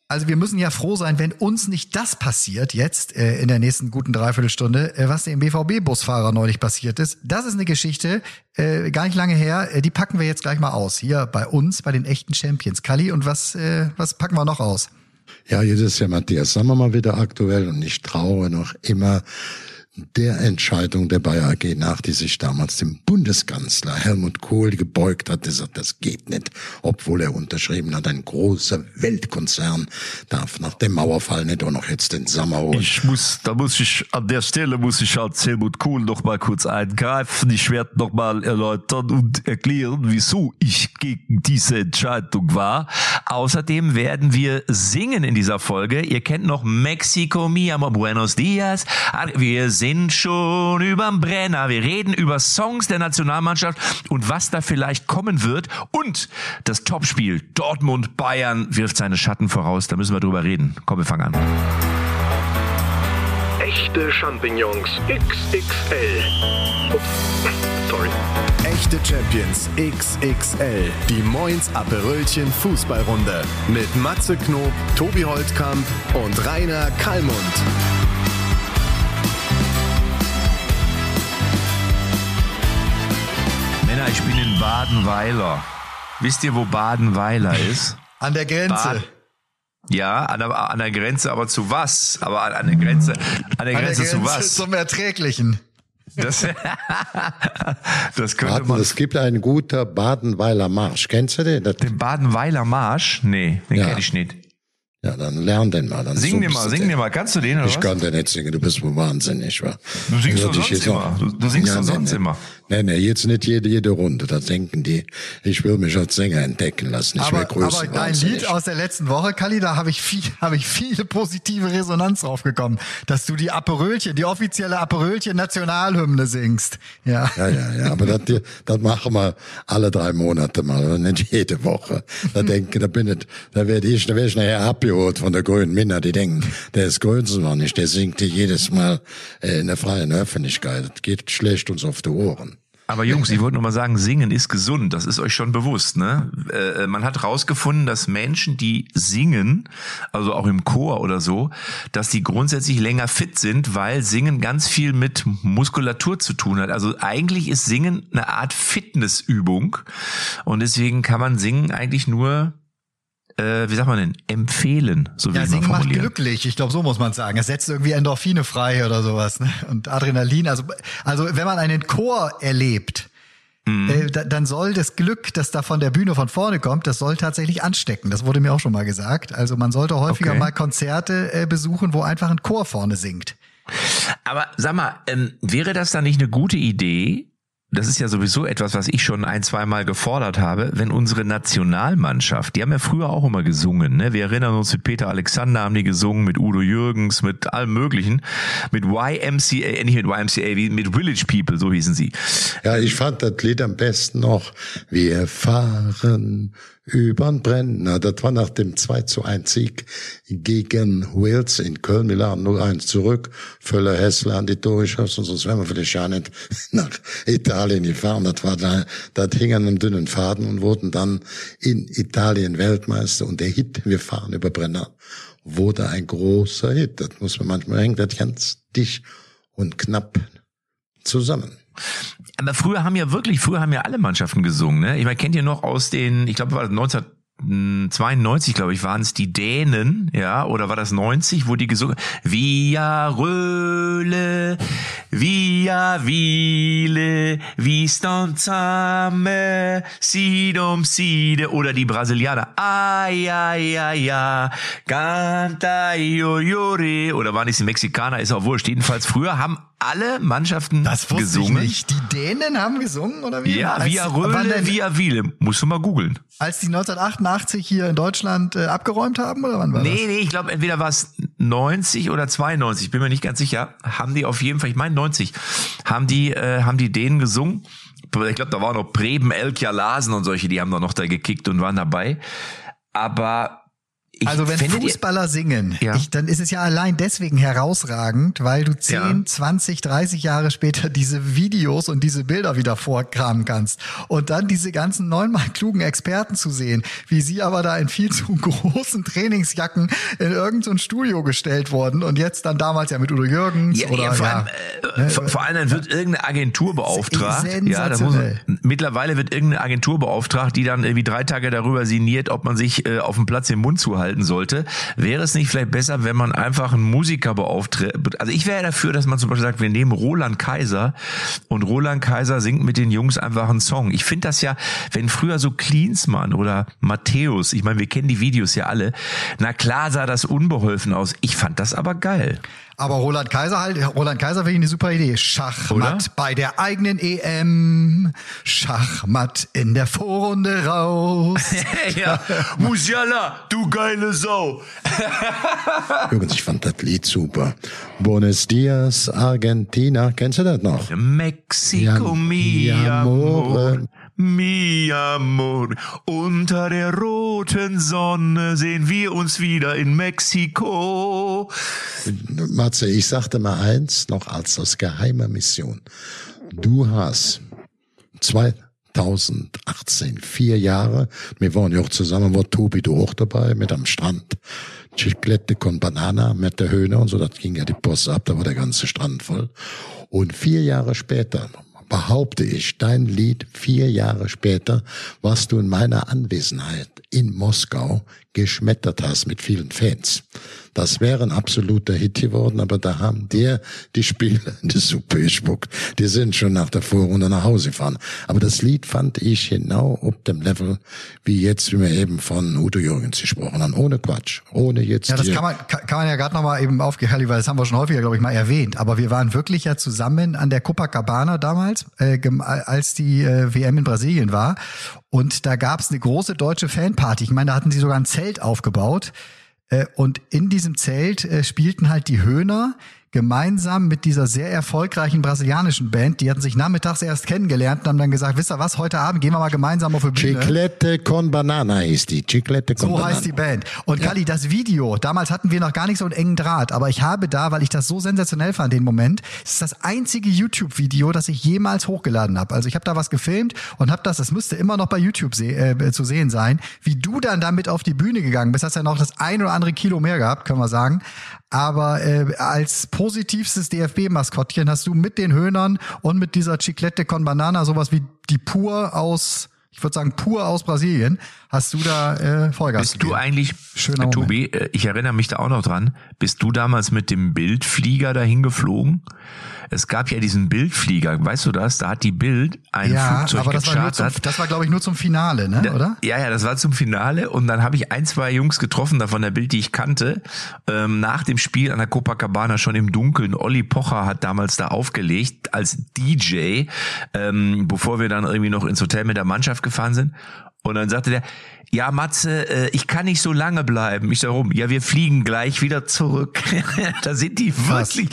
Also wir müssen ja froh sein, wenn uns nicht das passiert jetzt in der nächsten guten Dreiviertelstunde, was dem BVB-Busfahrer neulich passiert ist. Das ist eine Geschichte, gar nicht lange her. Die packen wir jetzt gleich mal aus. Hier bei uns, bei den echten Champions. Kalli, und was packen wir noch aus? Ja, jetzt ist ja Matthias Sammer mal wieder aktuell und ich traue noch immer der Entscheidung der Bayer AG nach, die sich damals dem Bundeskanzler Helmut Kohl gebeugt hat, gesagt, das geht nicht, obwohl er unterschrieben hat, ein großer Weltkonzern darf nach dem Mauerfall nicht auch noch jetzt den Sammer holen. An der Stelle muss ich als Helmut Kohl noch mal kurz eingreifen. Ich werde noch mal erläutern und erklären, wieso ich gegen diese Entscheidung war. Außerdem werden wir singen in dieser Folge. Ihr kennt noch Mexico, mi amor, buenos dias. Wir sind schon überm Brenner. Wir reden über Songs der Nationalmannschaft und was da vielleicht kommen wird. Und das Topspiel Dortmund-Bayern wirft seine Schatten voraus. Da müssen wir drüber reden. Komm, wir fangen an. Echte Champignons XXL. Ups, sorry. Echte Champions XXL. Die Moins Aperölchen Fußballrunde. Mit Matze Knob, Tobi Holtkamp und Rainer Kallmund. Männer, ich bin in Badenweiler. Wisst ihr, wo Badenweiler ist? An der Grenze. Ja, an der Grenze, aber zu was? Aber an der Grenze zu was? Zum Erträglichen. Das könnte man. Es gibt einen guten Badenweiler Marsch. Kennst du den? Den Badenweiler Marsch? Nee, den kenne ich nicht. Ja, dann lern den mal. Dann sing den mal. Kannst du den, oder was? Ich kann den nicht singen, du bist wohl wahnsinnig, wa? Du singst doch sonst immer. Du singst doch sonst immer. Nee, jetzt nicht jede Runde. Da denken die, ich will mich als Sänger entdecken lassen. Ich will größer. Aber dein Lied aus der letzten Woche, Kalli, da habe ich viele positive Resonanz drauf bekommen, dass du die Aperölchen, die offizielle Aperölchen-Nationalhymne singst. Ja, aber das machen wir alle 3 Monate mal, oder nicht jede Woche. Da werde ich nachher abgeholt von der grünen Minna, die denken, der ist größenwahnsinnig, der singt jedes Mal in der freien Öffentlichkeit. Das geht schlecht uns auf die Ohren. Aber Jungs, ich wollte nur mal sagen, Singen ist gesund, das ist euch schon bewusst, ne? Man hat rausgefunden, dass Menschen, die singen, also auch im Chor oder so, dass die grundsätzlich länger fit sind, weil Singen ganz viel mit Muskulatur zu tun hat. Also eigentlich ist Singen eine Art Fitnessübung und deswegen kann man Singen eigentlich nur wie sagt man denn, empfehlen, so wie man Singen macht formulieren. Glücklich, ich glaube, so muss man sagen. Es setzt irgendwie Endorphine frei oder sowas, ne? Und Adrenalin, also wenn man einen Chor erlebt, dann soll das Glück, das da von der Bühne von vorne kommt, das soll tatsächlich anstecken. Das wurde mir auch schon mal gesagt. Also man sollte häufiger mal Konzerte besuchen, wo einfach ein Chor vorne singt. Aber sag mal, wäre das dann nicht eine gute Idee? Das ist ja sowieso etwas, was ich schon 1-2 Mal gefordert habe, wenn unsere Nationalmannschaft, die haben ja früher auch immer gesungen, ne? Wir erinnern uns, mit Peter Alexander haben die gesungen, mit Udo Jürgens, mit allem Möglichen, mit YMCA, nicht mit YMCA, wie mit Village People, so hießen sie. Ja, ich fand das Lied am besten noch, wir fahren übern Brenner. Das war nach dem 2:1 Sieg gegen Wales in Köln. Wir lagen 0-1 zurück. Völler, Hessler an die Tore geschossen, sonst wären wir vielleicht ja nicht nach Italien gefahren. Das hing an einem dünnen Faden und wurden dann in Italien Weltmeister. Und der Hit, wir fahren über Brenner, wurde ein großer Hit. Das muss man manchmal hängen, das ganz dicht und knapp zusammen. Aber früher haben ja alle Mannschaften gesungen, ne? Ich meine, kennt ihr noch aus den, ich glaube, war das 1992, glaube ich, waren es die Dänen, ja, oder war das 90, wo die gesungen, Via Röhle, Via Vile, vi stan samme, Side um Side, oder die Brasilianer, ay, ay, ay, ay, canta io llore, oder waren es die Mexikaner, ist auch wurscht. Jedenfalls früher haben alle Mannschaften das wusste gesungen. Ich nicht. Die Dänen haben gesungen, oder wie? Ja, Via Röhle, Via Vile. Musst du mal googeln. Als die 1988 hier in Deutschland abgeräumt haben, oder wann war das? Nee, ich glaube, entweder war es 90 oder 92, bin mir nicht ganz sicher. Haben die auf jeden Fall, ich meine 90, haben die Dänen gesungen. Ich glaube, da waren noch Preben, Elkja, Larsen und solche, die haben da noch da gekickt und waren dabei. Aber Also wenn Fußballer singen, Ja. dann ist es ja allein deswegen herausragend, weil du 10, Ja. 20, 30 Jahre später diese Videos und diese Bilder wieder vorkramen kannst. Und dann diese ganzen neunmal klugen Experten zu sehen, wie sie aber da in viel zu großen Trainingsjacken in irgendein so Studio gestellt wurden und jetzt dann damals ja mit Udo Jürgens oder vor allem dann wird irgendeine Agentur beauftragt. Sensationell. Mittlerweile wird irgendeine Agentur beauftragt, die dann irgendwie 3 Tage darüber sinniert, ob man sich auf dem Platz den Mund zuhalten sollte. Wäre es nicht vielleicht besser, wenn man einfach einen Musiker beauftragt? Also ich wäre dafür, dass man zum Beispiel sagt, wir nehmen Roland Kaiser und Roland Kaiser singt mit den Jungs einfach einen Song. Ich finde das ja, wenn früher so Klinsmann oder Matthäus, ich meine, wir kennen die Videos ja alle, na klar sah das unbeholfen aus. Ich fand das aber geil. Aber Roland Kaiser finde ich eine super Idee. Schachmatt Oder? bei der eigenen EM. Schachmatt in der Vorrunde raus. Ja, Musiala, du geile Sau. Übrigens, ich fand das Lied super. Buenos Dias, Argentina. Kennst du das noch? Mexico, mi amore. amor, mi amor. Unter der roten Sonne sehen wir uns wieder in Mexiko. Matze, ich sagte mal eins, noch als aus geheimer Mission. Du hast 2018, 4 Jahre, wir waren ja auch zusammen, war Tobi du auch dabei, mit am Strand. Chiclette con Banana mit der Höhne und so, das ging ja die Post ab, da war der ganze Strand voll. Und 4 Jahre später, behaupte ich, dein Lied 4 Jahre später, was du in meiner Anwesenheit in Moskau geschmettert hast mit vielen Fans. Das wäre ein absoluter Hit geworden, aber da haben dir die Spieler in die Suppe gespuckt. Die sind schon nach der Vorrunde nach Hause gefahren. Aber das Lied fand ich genau auf dem Level, wie jetzt, wie wir eben von Udo Jürgens gesprochen haben. Ohne Quatsch. Ohne jetzt. Ja, das kann man ja gerade nochmal eben aufgehellen, weil das haben wir schon häufiger, glaube ich, mal erwähnt. Aber wir waren wirklich ja zusammen an der Copacabana damals, als die WM in Brasilien war. Und da gab es eine große deutsche Fanparty. Ich meine, da hatten sie sogar ein Zelt aufgebaut. Und in diesem Zelt spielten halt die Höhner gemeinsam mit dieser sehr erfolgreichen brasilianischen Band. Die hatten sich nachmittags erst kennengelernt und haben dann gesagt, wisst ihr was, heute Abend gehen wir mal gemeinsam auf die Bühne. Chiclette con Banana hieß die. Chiclette con Banana. So heißt die Band. Und Kalli, das Video, damals hatten wir noch gar nicht so einen engen Draht, aber ich habe da, weil ich das so sensationell fand, den Moment, es ist das einzige YouTube-Video, das ich jemals hochgeladen habe. Also ich habe da was gefilmt und habe das müsste immer noch bei YouTube zu sehen sein, wie du dann damit auf die Bühne gegangen bist. Hast ja noch das 1 oder andere Kilo mehr gehabt, können wir sagen. Aber als positivstes DFB-Maskottchen hast du mit den Höhnern und mit dieser Chiclette con Banana sowas wie die pur aus Brasilien, hast du da Vollgas gegeben. Bist du eigentlich, Schöner Tobi, ich erinnere mich da auch noch dran, bist du damals mit dem Bildflieger dahin geflogen? Es gab ja diesen Bildflieger, weißt du das? Da hat die Bild ein Flugzeug aber gechartert. das war glaube ich nur zum Finale, ne? Oder? Ja, das war zum Finale und dann habe ich 1, 2 Jungs getroffen, da von der Bild, die ich kannte, nach dem Spiel an der Copacabana schon im Dunkeln. Olli Pocher hat damals da aufgelegt als DJ, bevor wir dann irgendwie noch ins Hotel mit der Mannschaft gefahren sind. Und dann sagte der, ja Matze, ich kann nicht so lange bleiben. Ich sag, warum? Ja, wir fliegen gleich wieder zurück. Da sind die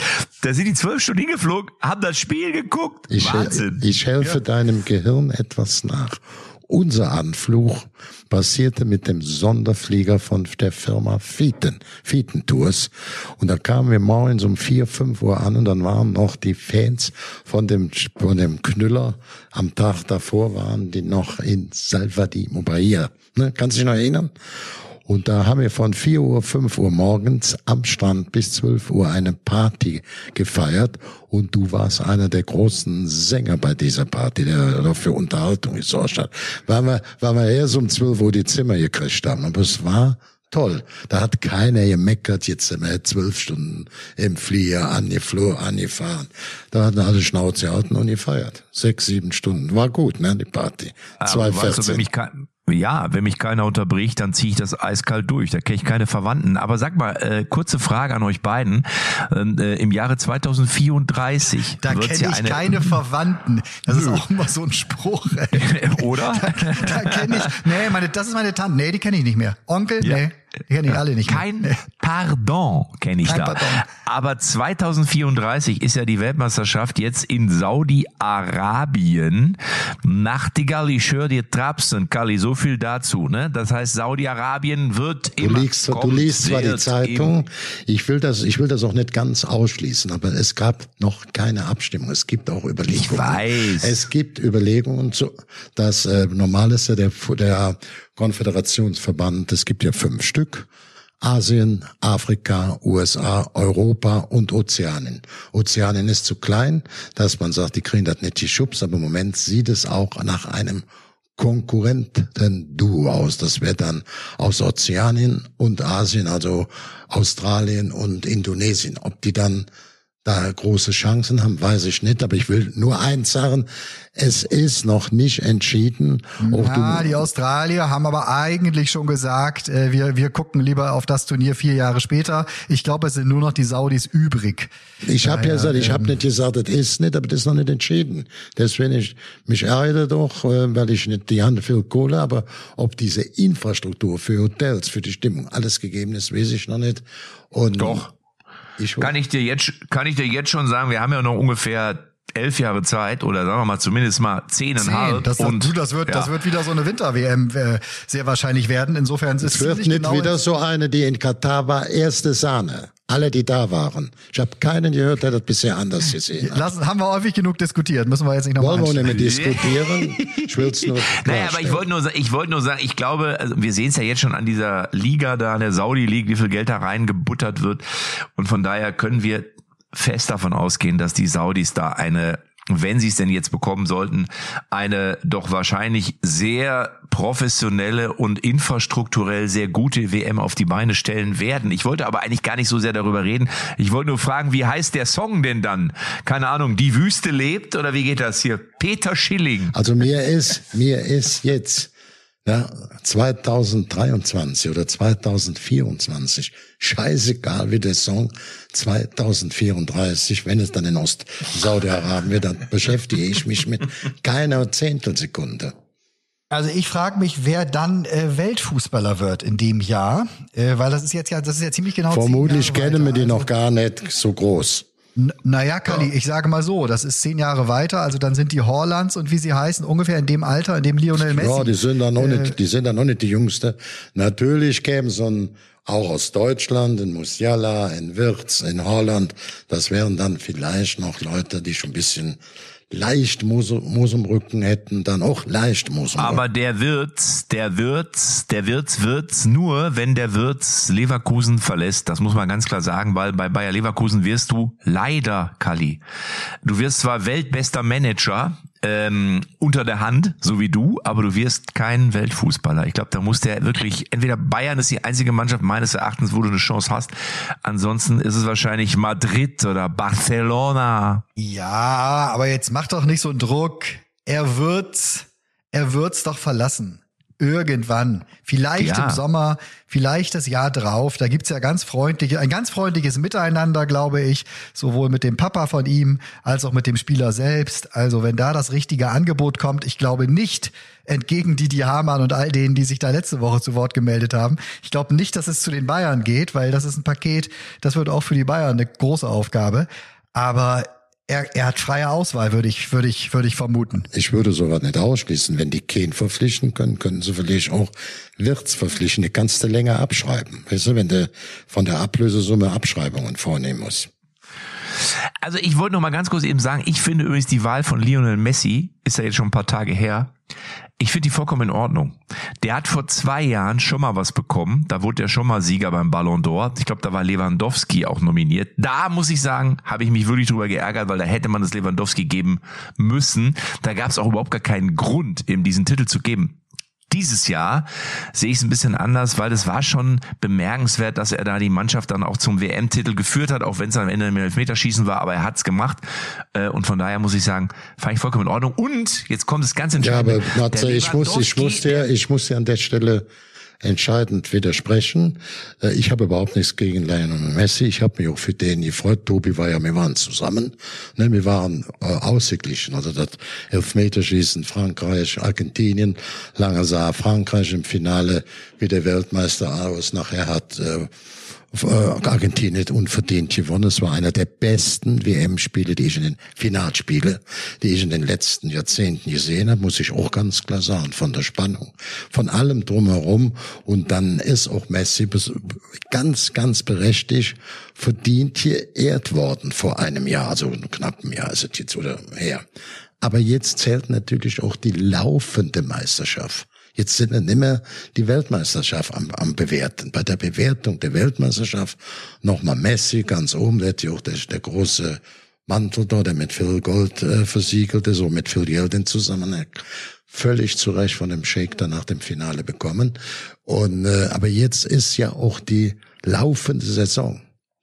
12 Stunden hingeflogen, haben das Spiel geguckt. Wahnsinn. Ich helfe deinem Gehirn etwas nach. Unser Anflug passierte mit dem Sonderflieger von der Firma Fieten Tours. Und da kamen wir morgens um 4, 5 Uhr an und dann waren noch die Fans von dem Knüller. Am Tag davor waren die noch in Salvador Bahia. Ne? Kannst du dich noch erinnern? Und da haben wir von 4 Uhr, 5 Uhr morgens am Strand bis 12 Uhr eine Party gefeiert. Und du warst einer der großen Sänger bei dieser Party, der für Unterhaltung gesorgt hat. Weil wir erst um 12 Uhr die Zimmer gekriegt haben. Aber es war toll. Da hat keiner gemeckert, jetzt sind wir 12 Stunden im Flieger angefahren. Da hatten alle Schnauze gehalten und gefeiert. 6, 7 Stunden. War gut, ne, die Party. 2,14. Wenn mich keiner unterbricht, dann ziehe ich das eiskalt durch. Da kenne ich keine Verwandten. Aber sag mal, kurze Frage an euch beiden. Im Jahre 2034. Da kenne ich keine Verwandten. Das ist auch immer so ein Spruch. Ey. Oder? Da kenne ich, das ist meine Tante. Nee, die kenne ich nicht mehr. Onkel? Ja. Nee. Kenne ich alle nicht. Kein Pardon kenne ich Kein da. Pardon. Aber 2034 ist ja die Weltmeisterschaft jetzt in Saudi-Arabien. Nachtigall, ich höre dir trapsen, Kalli, so viel dazu. Ne? Das heißt, Saudi-Arabien wird Du immer... liest zwar die Zeitung, ich will das auch nicht ganz ausschließen, aber es gab noch keine Abstimmung. Es gibt auch Überlegungen. Ich weiß. Es gibt Überlegungen, dass normal ist ja der Konföderationsverband, es gibt ja 5 Stück. Asien, Afrika, USA, Europa und Ozeanien. Ozeanien ist zu klein, dass man sagt, die kriegen das nicht geschubst, aber im Moment sieht es auch nach einem Konkurrenten-Duo aus. Das wird dann aus Ozeanien und Asien, also Australien und Indonesien. Ob die dann da große Chancen haben, weiß ich nicht, aber ich will nur eins sagen, es ist noch nicht entschieden. Die Australier haben aber eigentlich schon gesagt, wir gucken lieber auf das Turnier 4 Jahre später. Ich glaube, es sind nur noch die Saudis übrig. Ich habe ja gesagt, ich habe nicht gesagt, das ist nicht, aber das ist noch nicht entschieden. Deswegen mich ärgere doch, weil ich nicht die Hand viel Kohle, aber ob diese Infrastruktur für Hotels, für die Stimmung, alles gegeben ist, weiß ich noch nicht. Und Doch. Kann ich dir jetzt schon sagen, wir haben ja noch ungefähr 11 Jahre Zeit oder sagen wir mal zumindest mal 10,5. Das wird wieder so eine Winter-WM sehr wahrscheinlich werden. Insofern ist es wird nicht genau wieder so eine, die in Katar war, erste Sahne. Alle, die da waren. Ich habe keinen gehört, der das bisher anders gesehen hat. Haben wir häufig genug diskutiert. Müssen wir jetzt nicht nochmal Wollen wir nicht mehr diskutieren? Ich will's nur naja, aber ich wollte nur sagen, ich glaube, also wir sehen es ja jetzt schon an dieser Liga da, an der Saudi-League, wie viel Geld da reingebuttert wird. Und von daher können wir fest davon ausgehen, dass die Saudis da wenn sie es denn jetzt bekommen sollten, eine doch wahrscheinlich sehr professionelle und infrastrukturell sehr gute WM auf die Beine stellen werden. Ich wollte aber eigentlich gar nicht so sehr darüber reden. Ich wollte nur fragen, wie heißt der Song denn dann? Keine Ahnung, Die Wüste lebt oder wie geht das hier? Peter Schilling. Also mir ist jetzt 2023 oder 2024, scheißegal wie der Song, 2034, wenn es dann in Ost-Saudi-Arabien wird, dann beschäftige ich mich mit keiner Zehntelsekunde. Also ich frage mich, wer dann Weltfußballer wird in dem Jahr, weil das ist ja ziemlich genau. Vermutlich kennen wir die noch gar nicht so groß. Naja, Kalli, ich sage mal so, das ist 10 Jahre weiter, also dann sind die Haalands und wie sie heißen, ungefähr in dem Alter, in dem Lionel Messi. Ja, die sind da noch nicht die Jüngste. Natürlich kämen so auch aus Deutschland, in Musiala, in Wirtz, in Haaland. Das wären dann vielleicht noch Leute, die schon ein bisschen leicht Moos im Rücken hätten, dann auch leicht Moos im Rücken. Aber der Wirtz nur, wenn der Wirtz Leverkusen verlässt. Das muss man ganz klar sagen, weil bei Bayer Leverkusen wirst du leider, Kalli, du wirst zwar weltbester Manager, unter der Hand, so wie du, aber du wirst kein Weltfußballer. Ich glaube, da muss der wirklich, entweder Bayern ist die einzige Mannschaft meines Erachtens, wo du eine Chance hast. Ansonsten ist es wahrscheinlich Madrid oder Barcelona. Ja, aber jetzt mach doch nicht so einen Druck. Er wird's doch verlassen. Irgendwann. Vielleicht im Sommer, vielleicht das Jahr drauf. Da gibt's ja ein ganz freundliches Miteinander, glaube ich. Sowohl mit dem Papa von ihm, als auch mit dem Spieler selbst. Also wenn da das richtige Angebot kommt, ich glaube nicht, entgegen Didi Hamann und all denen, die sich da letzte Woche zu Wort gemeldet haben. Ich glaube nicht, dass es zu den Bayern geht, weil das ist ein Paket, das wird auch für die Bayern eine große Aufgabe. Aber er hat freie Auswahl, würde ich vermuten. Ich würde sowas nicht ausschließen. Wenn die Kane verpflichten können, können sie vielleicht auch Wirtz verpflichten. Die kannst du länger abschreiben. Weißt du, wenn du von der Ablösesumme Abschreibungen vornehmen musst. Also ich wollte noch mal ganz kurz eben sagen, ich finde übrigens die Wahl von Lionel Messi, ist ja jetzt schon ein paar Tage her, ich finde die vollkommen in Ordnung. Der hat vor 2 Jahren schon mal was bekommen. Da wurde er schon mal Sieger beim Ballon d'Or. Ich glaube, da war Lewandowski auch nominiert. Da muss ich sagen, habe ich mich wirklich drüber geärgert, weil da hätte man es Lewandowski geben müssen. Da gab es auch überhaupt gar keinen Grund, ihm diesen Titel zu geben. Dieses Jahr sehe ich es ein bisschen anders, weil es war schon bemerkenswert, dass er da die Mannschaft dann auch zum WM-Titel geführt hat, auch wenn es am Ende im Elfmeterschießen war, aber er hat's gemacht. Und von daher muss ich sagen, fand ich vollkommen in Ordnung. Und jetzt kommt es ganz entscheidend. Ja, aber Matze, ich muss dir an der Stelle entscheidend widersprechen. Ich habe überhaupt nichts gegen Lionel Messi. Ich habe mich auch für den gefreut. Tobi wir waren zusammen. Ne, wir waren ausgeglichen. Also das Elfmeterschießen Frankreich, Argentinien. Lange sah Frankreich im Finale wie der Weltmeister aus. Nachher hat Argentinien unverdient gewonnen. Es war einer der besten WM-Spiele, die ich in den Finalspiele, die ich in den letzten Jahrzehnten gesehen habe, muss ich auch ganz klar sagen. Von der Spannung, von allem drumherum. Und dann ist auch Messi ganz, ganz berechtigt verdient hier geehrt worden vor einem Jahr, also knapp ein Jahr ist es jetzt oder her. Aber jetzt zählt natürlich auch die laufende Meisterschaft. Jetzt sind wir nicht mehr die Weltmeisterschaft am Bewerten. Bei der Bewertung der Weltmeisterschaft nochmal Messi ganz oben, wird ja auch der große Mantel da, der mit viel Gold versiegelt ist, so mit viel Geld in Zusammenhang. Völlig zu Recht von dem Sheikh dann nach dem Finale bekommen. Und aber jetzt ist ja auch die laufende Saison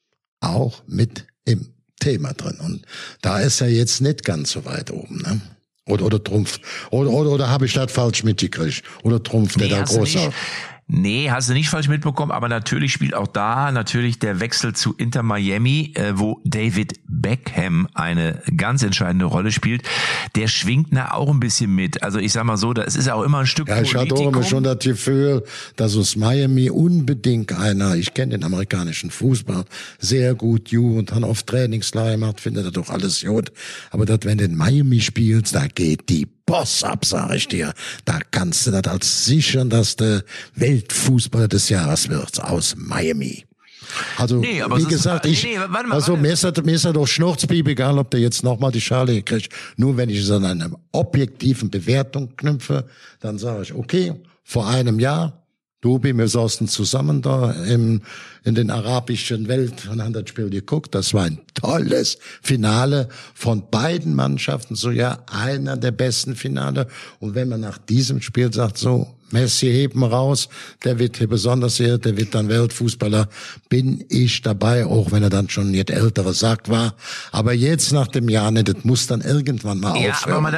auch mit im Thema drin. Und da ist er jetzt nicht ganz so weit oben, ne? Oder Trumpf. Oder habe ich das falsch mitgekriegt? Oder Trumpf, der da groß auf? Nee, hast du nicht falsch mitbekommen, aber natürlich spielt auch da natürlich der Wechsel zu Inter Miami, wo David Beckham eine ganz entscheidende Rolle spielt. Der schwingt auch ein bisschen mit. Also ich sag mal so, das ist auch immer ein Stück Politikum. Ich hatte auch immer schon das Gefühl, dass aus Miami unbedingt ich kenne den amerikanischen Fußball sehr gut, und dann auf Trainingslager macht, findet er doch alles gut. Aber das, wenn du in Miami spielst, da geht die Boss ab, sag ich dir. Da kannst du das als sichern, dass der Weltfußballer des Jahres wird aus Miami. Also, nee, wie gesagt, mir ist das doch schnurzpiep, egal ob der jetzt nochmal die Schale kriegt. Nur wenn ich es an einer objektiven Bewertung knüpfe, dann sage ich, okay, vor einem Jahr, Tobi, wir saßen zusammen da in den arabischen Welt und haben das Spiel geguckt. Das war ein tolles Finale von beiden Mannschaften, so ja, einer der besten Finale. Und wenn man nach diesem Spiel sagt, so, Messi heben raus, der wird hier besonders hier, der wird dann Weltfußballer, bin ich dabei, auch wenn er dann schon jetzt älterer Sack war. Aber jetzt nach dem Jahr nicht, das muss dann irgendwann mal aufhören.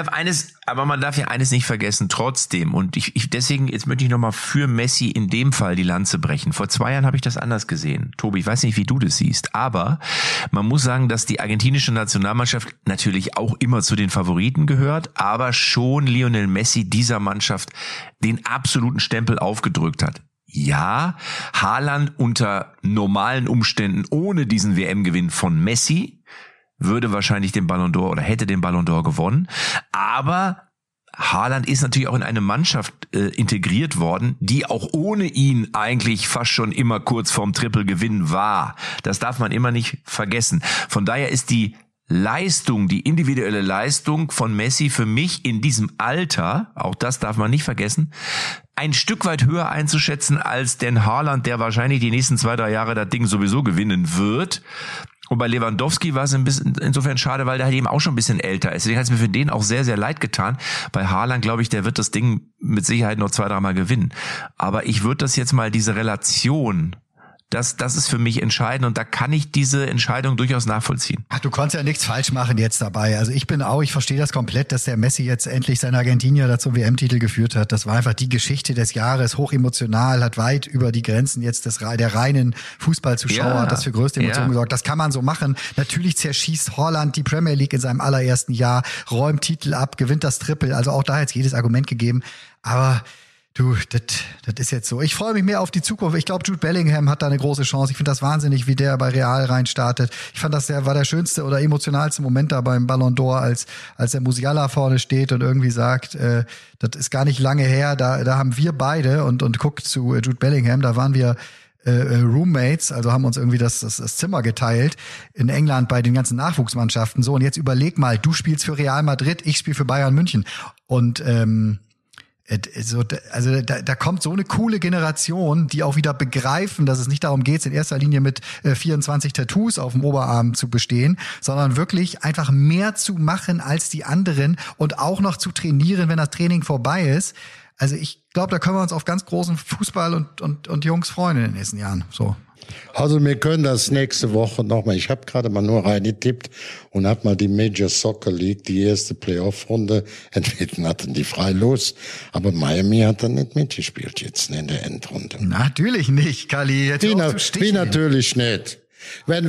Aber man darf ja eines nicht vergessen, trotzdem. Und deswegen, jetzt möchte ich nochmal für Messi in dem Fall die Lanze brechen. Vor 2 Jahren habe ich das anders gesehen. Tobi, ich weiß nicht, wie du das siehst, aber man muss sagen, dass die argentinische Nationalmannschaft natürlich auch immer zu den Favoriten gehört, aber schon Lionel Messi dieser Mannschaft den absoluten Stempel aufgedrückt hat. Ja, Haaland unter normalen Umständen ohne diesen WM-Gewinn von Messi würde wahrscheinlich den Ballon d'Or oder hätte den Ballon d'Or gewonnen, aber Haaland ist natürlich auch in eine Mannschaft integriert worden, die auch ohne ihn eigentlich fast schon immer kurz vorm Triple-Gewinn war. Das darf man immer nicht vergessen. Von daher ist die Leistung, die individuelle Leistung von Messi für mich in diesem Alter, auch das darf man nicht vergessen, ein Stück weit höher einzuschätzen als den Haaland, der wahrscheinlich die nächsten 2-3 Jahre das Ding sowieso gewinnen wird. Und bei Lewandowski war es ein bisschen insofern schade, weil der halt eben auch schon ein bisschen älter ist. Deswegen hat es mir für den auch sehr, sehr leid getan. Bei Haaland, glaube ich, der wird das Ding mit Sicherheit noch 2-3 Mal gewinnen. Aber ich würde das jetzt mal, diese Relation, das ist für mich entscheidend und da kann ich diese Entscheidung durchaus nachvollziehen. Ach, du konntest ja nichts falsch machen jetzt dabei. Also ich verstehe das komplett, dass der Messi jetzt endlich seine Argentinier da zum WM-Titel geführt hat. Das war einfach die Geschichte des Jahres, hochemotional, hat weit über die Grenzen jetzt der reinen Fußballzuschauer, hat das für größte Emotionen gesorgt. Das kann man so machen. Natürlich zerschießt Haaland die Premier League in seinem allerersten Jahr, räumt Titel ab, gewinnt das Triple. Also auch da hat es jedes Argument gegeben. Aber du, das ist jetzt so. Ich freue mich mehr auf die Zukunft. Ich glaube, Jude Bellingham hat da eine große Chance. Ich finde das wahnsinnig, wie der bei Real reinstartet. Ich fand, war der schönste oder emotionalste Moment da beim Ballon d'Or, als der Musiala vorne steht und irgendwie sagt, das ist gar nicht lange her, da haben wir beide und guckt zu Jude Bellingham, da waren wir Roommates, also haben uns irgendwie das Zimmer geteilt in England bei den ganzen Nachwuchsmannschaften. So, und jetzt überleg mal, du spielst für Real Madrid, ich spiele für Bayern München. Und da kommt so eine coole Generation, die auch wieder begreifen, dass es nicht darum geht, in erster Linie mit 24 Tattoos auf dem Oberarm zu bestehen, sondern wirklich einfach mehr zu machen als die anderen und auch noch zu trainieren, wenn das Training vorbei ist. Also ich glaube, da können wir uns auf ganz großen Fußball und Jungs freuen in den nächsten Jahren. So. Also wir können das nächste Woche nochmal. Ich habe gerade mal nur reingetippt und habe mal die Major Soccer League, die erste Playoff-Runde, entweder hatten die frei los, aber Miami hat dann nicht mitgespielt jetzt in der Endrunde. Natürlich nicht, Kalli. Wie natürlich nicht. Wenn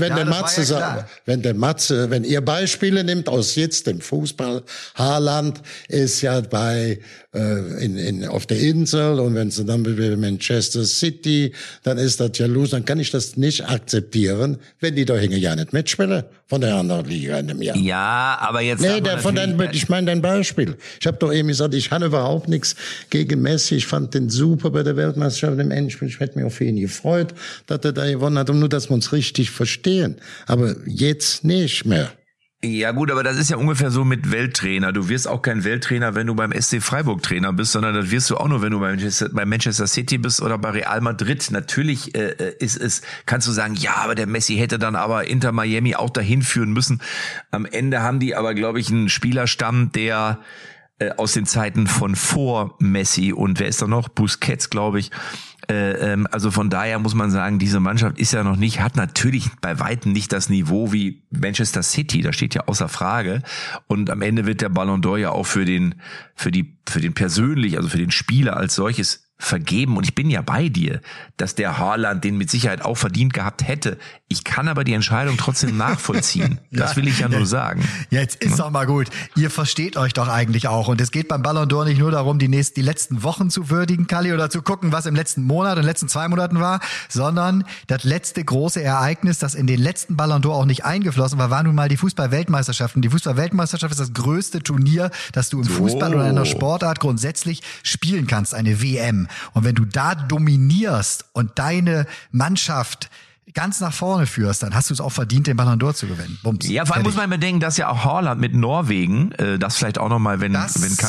ihr Beispiele nimmt aus jetzt dem Fußball, Haaland ist ja auf der Insel und wenn sie dann bei Manchester City, dann ist das ja los, dann kann ich das nicht akzeptieren, wenn die da hängen ja nicht mitspielen von der anderen Liga in dem Jahr. Ja, aber jetzt... ich meine dein Beispiel. Ich habe doch eben gesagt, ich habe überhaupt nichts gegen Messi. Ich fand den super bei der Weltmeisterschaft im Endspiel. Ich hätte mich auch für ihn gefreut, dass er da gewonnen hat. Und nur, dass wir uns richtig verstehen. Aber jetzt nicht mehr. Ja gut, aber das ist ja ungefähr so mit Welttrainer. Du wirst auch kein Welttrainer, wenn du beim SC Freiburg Trainer bist, sondern das wirst du auch nur, wenn du bei Manchester City bist oder bei Real Madrid. Natürlich kannst du sagen, ja, aber der Messi hätte dann aber Inter Miami auch dahin führen müssen. Am Ende haben die aber, glaube ich, einen Spielerstamm, der aus den Zeiten von vor Messi und wer ist da noch? Busquets, glaube ich. Also von daher muss man sagen, diese Mannschaft hat natürlich bei Weitem nicht das Niveau wie Manchester City, das steht ja außer Frage. Und am Ende wird der Ballon d'Or ja auch für den persönlich, also für den Spieler als solches vergeben. Und ich bin ja bei dir, dass der Haaland den mit Sicherheit auch verdient gehabt hätte. Ich kann aber die Entscheidung trotzdem nachvollziehen. Das will ich ja nur sagen. Ja, jetzt ist doch mal gut. Ihr versteht euch doch eigentlich auch. Und es geht beim Ballon d'Or nicht nur darum, die letzten Wochen zu würdigen, Kalli, oder zu gucken, was im letzten Monat und letzten 2 Monaten war, sondern das letzte große Ereignis, das in den letzten Ballon d'Or auch nicht eingeflossen war nun mal die Fußball-Weltmeisterschaft. Und die Fußball-Weltmeisterschaft ist das größte Turnier, das du im Fußball oder in einer Sportart grundsätzlich spielen kannst, eine WM. Und wenn du da dominierst und deine Mannschaft ganz nach vorne führst, dann hast du es auch verdient, den Ballon d'Or zu gewinnen. Bums. Ja, vor allem muss man bedenken, dass ja auch Haaland mit Norwegen, das vielleicht auch nochmal, wenn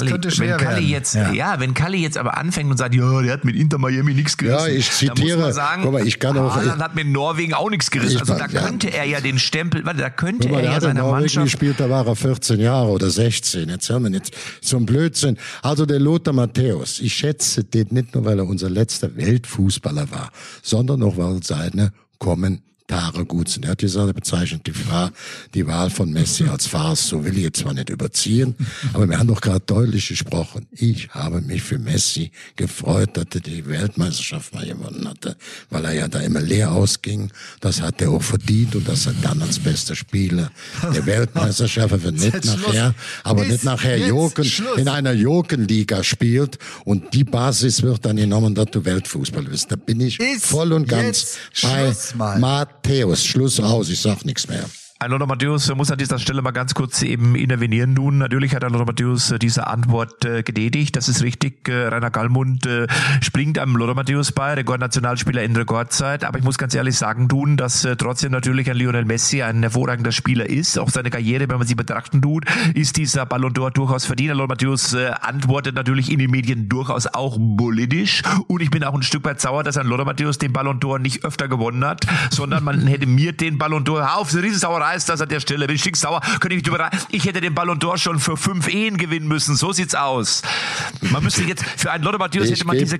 Kalli jetzt aber anfängt und sagt, ja, der hat mit Inter Miami nichts gerissen. Ja, ich zitiere. Da muss man sagen, guck mal, Haaland hat mit Norwegen auch nichts gerissen. Also da könnte er ja den Stempel, er ja seiner Mannschaft... gespielt, da war er 14 Jahre oder 16. Jetzt hören wir nicht so ein Blödsinn. Also der Lothar Matthäus, ich schätze den nicht nur, weil er unser letzter Weltfußballer war, sondern auch, weil seine Kommentare gut sind. Er hat gesagt, er bezeichnet die Wahl von Messi als Farce. So will ich jetzt zwar nicht überziehen, aber wir haben doch gerade deutlich gesprochen. Ich habe mich für Messi gefreut, dass er die Weltmeisterschaft mal gewonnen hatte, weil er ja da immer leer ausging. Das hat er auch verdient und das hat dann als bester Spieler der Weltmeisterschaft, er wird nicht nachher in einer Jokenliga spielt und die Basis wird dann genommen, dass du Weltfußballer bist. Da bin ich voll und ganz bei Matthäus. Schluss aus, ich sag nichts mehr. Lothar Matthäus muss an dieser Stelle mal ganz kurz eben intervenieren nun. Natürlich hat Lothar Matthäus diese Antwort getätigt. Das ist richtig. Rainer Kallmund springt einem Lothar Matthäus bei, Rekordnationalspieler in Rekordzeit. Aber ich muss ganz ehrlich sagen, dass trotzdem natürlich ein Lionel Messi ein hervorragender Spieler ist. Auch seine Karriere, wenn man sie betrachten tut, ist dieser Ballon d'Or durchaus verdient. Lothar Matthäus antwortet natürlich in den Medien durchaus auch politisch. Und ich bin auch ein Stück weit sauer, dass ein Lothar Matthäus den Ballon d'Or nicht öfter gewonnen hat, sondern man hätte mir den Ballon d'Or auf so Riesensauerei ist das an der Stelle. Bin ich stinksauer, könnte ich nicht überraschen. Ich hätte den Ballon d'Or schon für 5 Ehen gewinnen müssen. So sieht's aus. Man müsste jetzt, für einen Lothar Matthäus hätte man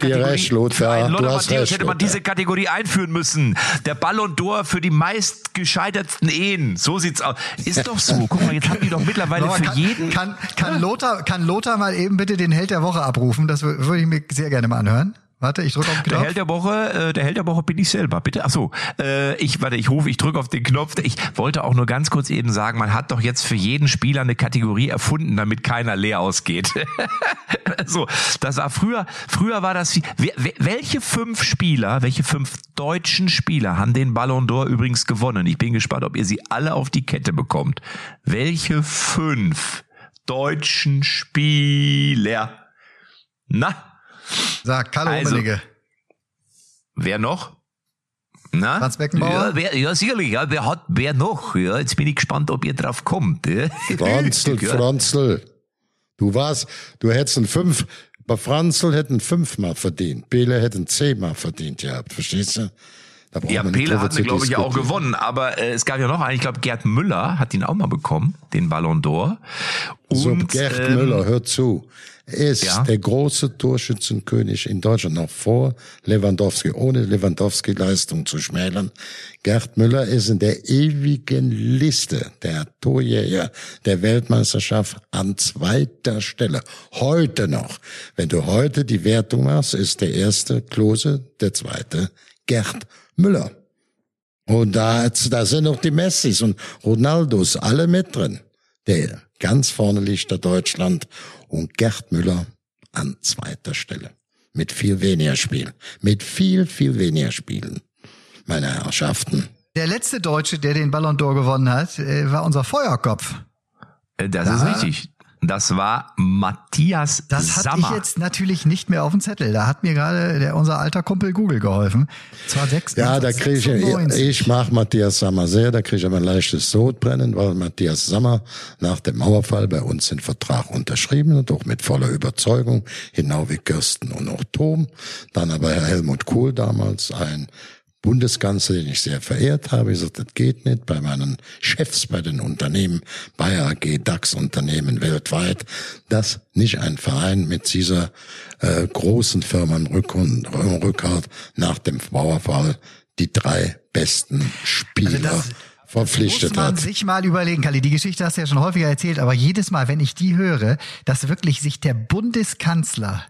diese Kategorie einführen müssen. Der Ballon d'Or für die meist gescheitertsten Ehen. So sieht's aus. Ist doch so. Guck mal, jetzt haben die doch mittlerweile jeden... Kann Lothar mal eben bitte den Held der Woche abrufen? Das würde ich mir sehr gerne mal anhören. Warte, ich drücke auf den Knopf. Der Held der Woche bin ich selber, bitte. Ach so, ich drücke auf den Knopf. Ich wollte auch nur ganz kurz eben sagen, man hat doch jetzt für jeden Spieler eine Kategorie erfunden, damit keiner leer ausgeht. So, das war früher war das welche 5 deutschen Spieler haben den Ballon d'Or übrigens gewonnen? Ich bin gespannt, ob ihr sie alle auf die Kette bekommt. Welche 5 deutschen Spieler? Na? Sag, Karl Rummenigge. Wer noch? Na? Franz Beckenbauer? Ja, sicherlich. Ja, wer noch? Ja, jetzt bin ich gespannt, ob ihr drauf kommt. Ja. Franzl. Du hättest bei Franzl hätten 5 Mal verdient. Bele hätten 10 Mal verdient gehabt. Verstehst du? Ja, Pele hat, glaube ich, ja auch gewonnen, aber es gab ja noch einen, ich glaube, Gerd Müller hat ihn auch mal bekommen, den Ballon d'Or. Und, so, Gerd Müller, hört zu, ist der große Torschützenkönig in Deutschland noch vor Lewandowski, ohne Lewandowski Leistung zu schmälern. Gerd Müller ist in der ewigen Liste der Torjäger der Weltmeisterschaft an 2. Stelle. Heute noch. Wenn du heute die Wertung machst, ist der erste Klose, der zweite Gerd Müller. Und da sind noch die Messis und Ronaldos alle mit drin. Der ganz vorne liegt der Deutschland und Gerd Müller an 2. Stelle. Mit viel weniger Spielen. Mit viel, viel weniger Spielen. Meine Herrschaften. Der letzte Deutsche, der den Ballon d'Or gewonnen hat, war unser Feuerkopf. Das ist richtig. Das war Matthias Sammer. Das hatte ich jetzt natürlich nicht mehr auf dem Zettel. Da hat mir gerade unser alter Kumpel Google geholfen. Zwar 6. Ja, da kriege ich mag Matthias Sammer sehr, da kriege ich aber ein leichtes Sodbrennen, weil Matthias Sammer nach dem Mauerfall bei uns den Vertrag unterschrieben hat, auch mit voller Überzeugung, genau wie Kirsten und auch Tom. Dann aber Herr Helmut Kohl damals, ein Bundeskanzler, den ich sehr verehrt habe, ich sagte, das geht nicht, bei meinen Chefs, bei den Unternehmen, Bayer AG, DAX-Unternehmen weltweit, dass nicht ein Verein mit dieser großen Firma im Rückhalt nach dem Mauerfall die 3 besten Spieler verpflichtet hat. Muss man sich mal überlegen, Kalli, die Geschichte hast du ja schon häufiger erzählt, aber jedes Mal, wenn ich die höre, dass wirklich sich der Bundeskanzler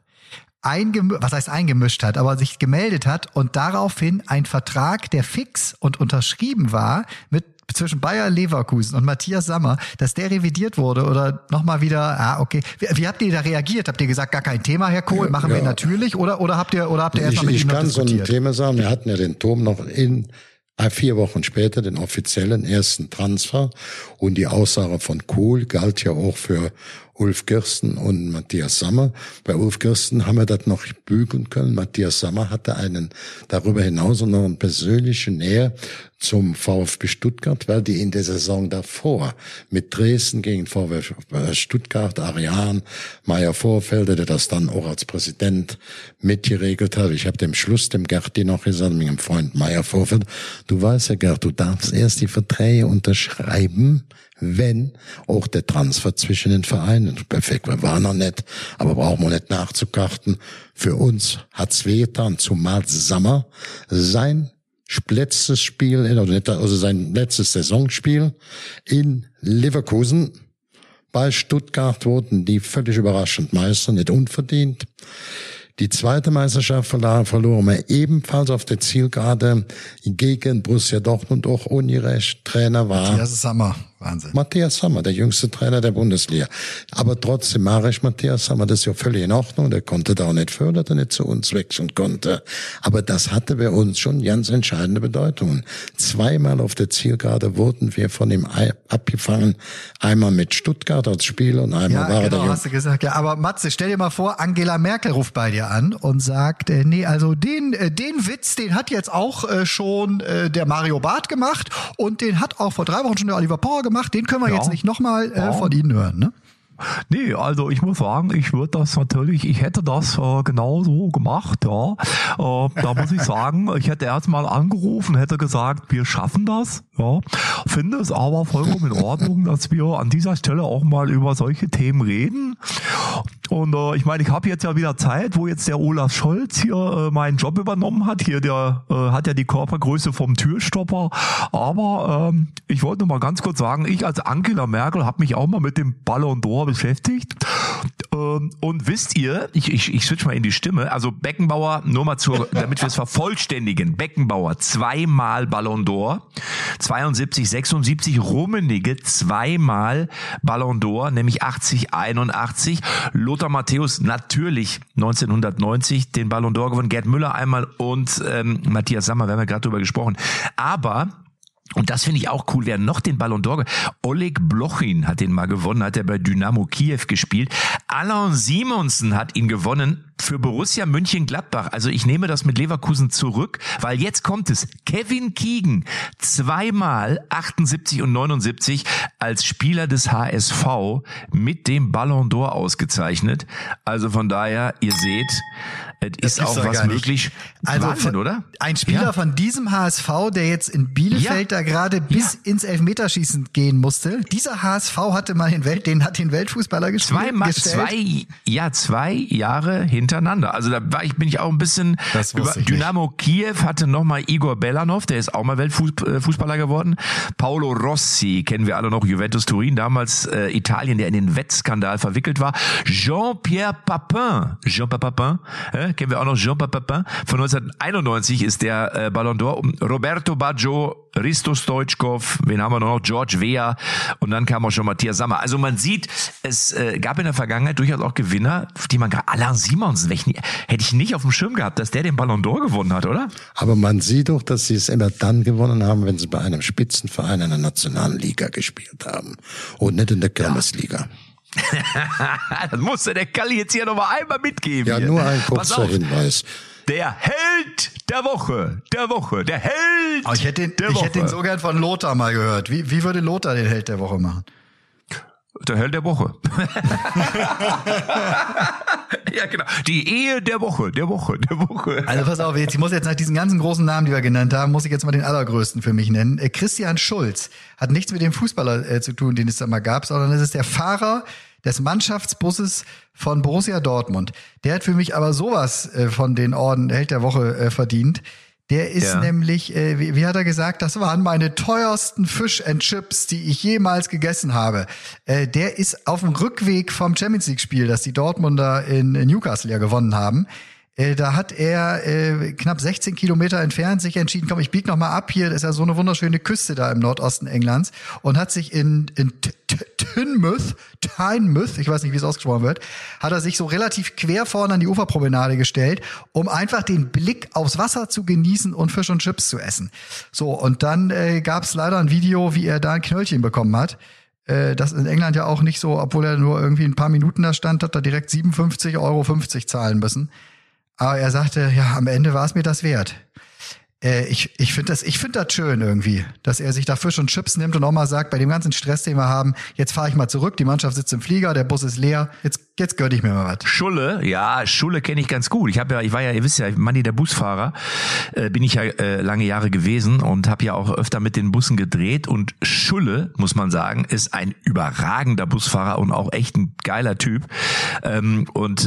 eingemischt hat, aber sich gemeldet hat und daraufhin ein Vertrag, der fix und unterschrieben war, zwischen Bayer Leverkusen und Matthias Sammer, dass der revidiert wurde oder nochmal wieder, okay. Wie habt ihr da reagiert? Habt ihr gesagt, gar kein Thema, Herr Kohl, machen wir natürlich? Oder habt ihr erstmal mit ihm noch diskutiert? Ich kann so ein Thema sagen, wir hatten ja den Turm noch 4 Wochen später den offiziellen ersten Transfer und die Aussage von Kohl galt ja auch für Ulf Kirsten und Matthias Sammer. Bei Ulf Kirsten haben wir das noch bügeln können. Matthias Sammer hatte darüber hinaus noch eine persönliche Nähe zum VfB Stuttgart, weil die in der Saison davor mit Dresden gegen VfB Stuttgart, Arian, Meier Vorfelder, der das dann auch als Präsident mitgeregelt hat. Ich habe dem Schluss dem Gerti noch gesagt, mit dem Freund Meier Vorfelder, du weißt ja Gert, du darfst erst die Verträge unterschreiben, wenn auch der Transfer zwischen den Vereinen perfekt war noch nicht, aber brauchen wir nicht nachzukarten. Für uns hat's wehgetan, zumal Sammer sein letztes Spiel, also sein letztes Saisonspiel in Leverkusen bei Stuttgart wurden die völlig überraschend Meister, nicht unverdient. Die zweite Meisterschaft verloren wir ebenfalls auf der Zielgerade gegen Borussia Dortmund, auch ungerecht. Trainer war Matthias Sammer. Wahnsinn. Matthias Sammer, der jüngste Trainer der Bundesliga. Aber trotzdem mache ich Matthias Sammer, das ist ja völlig in Ordnung. Der konnte da auch nicht fördern, dass er nicht zu uns wechseln konnte. Aber das hatte bei uns schon ganz entscheidende Bedeutungen. 2-mal auf der Zielgerade wurden wir von ihm abgefangen. Einmal mit Stuttgart als Spieler und einmal war er der hast du gesagt. Ja, aber Matze, stell dir mal vor, Angela Merkel ruft bei dir an und sagt, nee, also den Witz, den hat jetzt auch schon der Mario Barth gemacht und den hat auch vor 3 Wochen schon der Oliver Power gemacht, den können wir jetzt nicht nochmal von Ihnen hören, ne? Nee, also ich muss sagen, ich hätte das genauso gemacht, ja. Da muss ich sagen, ich hätte erst mal angerufen, hätte gesagt, wir schaffen das, ja. Finde es aber vollkommen in Ordnung, dass wir an dieser Stelle auch mal über solche Themen reden. Und ich meine, ich habe jetzt ja wieder Zeit, wo jetzt der Olaf Scholz hier meinen Job übernommen hat. Hier, der hat ja die Körpergröße vom Türstopper. Aber ich wollte noch mal ganz kurz sagen, ich als Angela Merkel habe mich auch mal mit dem Ballon d'Or beschäftigt. Und wisst ihr, ich switch mal in die Stimme, also Beckenbauer, nur mal damit wir es vervollständigen, Beckenbauer 2-mal Ballon d'Or, 72, 76, Rummenigge 2-mal Ballon d'Or, nämlich 80, 81, Lothar Matthäus natürlich 1990 den Ballon d'Or gewonnen, Gerd Müller einmal und Matthias Sammer, wir haben ja gerade drüber gesprochen, aber und das finde ich auch cool, wer noch den Ballon d'Or, Oleg Blochin hat den mal gewonnen, hat er bei Dynamo Kiew gespielt, Alain Simonsen hat ihn gewonnen für Borussia Mönchengladbach. Also ich nehme das mit Leverkusen zurück, weil jetzt kommt es. Kevin Keegan, zweimal 78 und 79 als Spieler des HSV mit dem Ballon d'Or ausgezeichnet. Also von daher, ihr seht, es ist auch was möglich. Also Wahnsinn, oder? Ein Spieler von diesem HSV, der jetzt in Bielefeld da gerade bis ins Elfmeterschießen gehen musste. Dieser HSV hatte mal den Weltfußballer gestellt. 2 Jahre hintereinander. Also da bin ich auch ein bisschen über. Dynamo Kiew hatte nochmal Igor Belanov, der ist auch mal Weltfußballer geworden. Paolo Rossi kennen wir alle noch, Juventus Turin, damals Italien, der in den Wettskandal verwickelt war. Jean-Pierre Papin, kennen wir auch noch, Jean-Pierre Papin, von 1991 ist der Ballon d'Or. Roberto Baggio, Risto Stoichkov, wen haben wir noch? George Weah und dann kam auch schon Matthias Sammer. Also man sieht, es gab in der Vergangenheit durchaus auch Gewinner, die man gerade, Alain Simonsen, hätte ich nicht auf dem Schirm gehabt, dass der den Ballon d'Or gewonnen hat, oder? Aber man sieht doch, dass sie es immer dann gewonnen haben, wenn sie bei einem Spitzenverein in der nationalen Liga gespielt haben und nicht in der Kirmesliga. Das musste der Kalli jetzt hier nochmal einmal mitgeben. Ja, nur ein kurzer Hinweis. Der Held der Woche, der Held ich hätte den so gern von Lothar mal gehört. Wie würde Lothar den Held der Woche machen? Der Held der Woche. Ja, genau. Die Ehe der Woche. Also pass auf, ich muss jetzt nach diesen ganzen großen Namen, die wir genannt haben, muss ich jetzt mal den allergrößten für mich nennen. Christian Schulz hat nichts mit dem Fußballer zu tun, den es da mal gab, sondern es ist der Fahrer des Mannschaftsbusses von Borussia Dortmund. Der hat für mich aber sowas von den Orden Held der Woche verdient. Der ist nämlich, wie hat er gesagt, das waren meine teuersten Fish and Chips, die ich jemals gegessen habe. Der ist auf dem Rückweg vom Champions League Spiel, das die Dortmunder in Newcastle ja gewonnen haben. Da hat er knapp 16 Kilometer entfernt sich entschieden, komm, ich bieg noch mal ab hier, das ist ja so eine wunderschöne Küste da im Nordosten Englands, und hat sich in Tynemouth, ich weiß nicht, wie es ausgesprochen wird, hat er sich so relativ quer vorne an die Uferpromenade gestellt, um einfach den Blick aufs Wasser zu genießen und Fisch und Chips zu essen. So, und dann gab es leider ein Video, wie er da ein Knöllchen bekommen hat. Das in England ja auch nicht so, obwohl er nur irgendwie ein paar Minuten da stand, hat er direkt 57,50 € zahlen müssen. Aber er sagte, ja, am Ende war es mir das wert. Ich finde das schön irgendwie, dass er sich da Fisch und Chips nimmt und auch mal sagt, bei dem ganzen Stress, den wir haben, jetzt fahre ich mal zurück, die Mannschaft sitzt im Flieger, der Bus ist leer, jetzt gönn ich mir mal was. Schulle kenne ich ganz gut. Ich war ja, ihr wisst ja, Manni, der Busfahrer, bin ich ja lange Jahre gewesen und habe ja auch öfter mit den Bussen gedreht, und Schulle, muss man sagen, ist ein überragender Busfahrer und auch echt ein geiler Typ. Das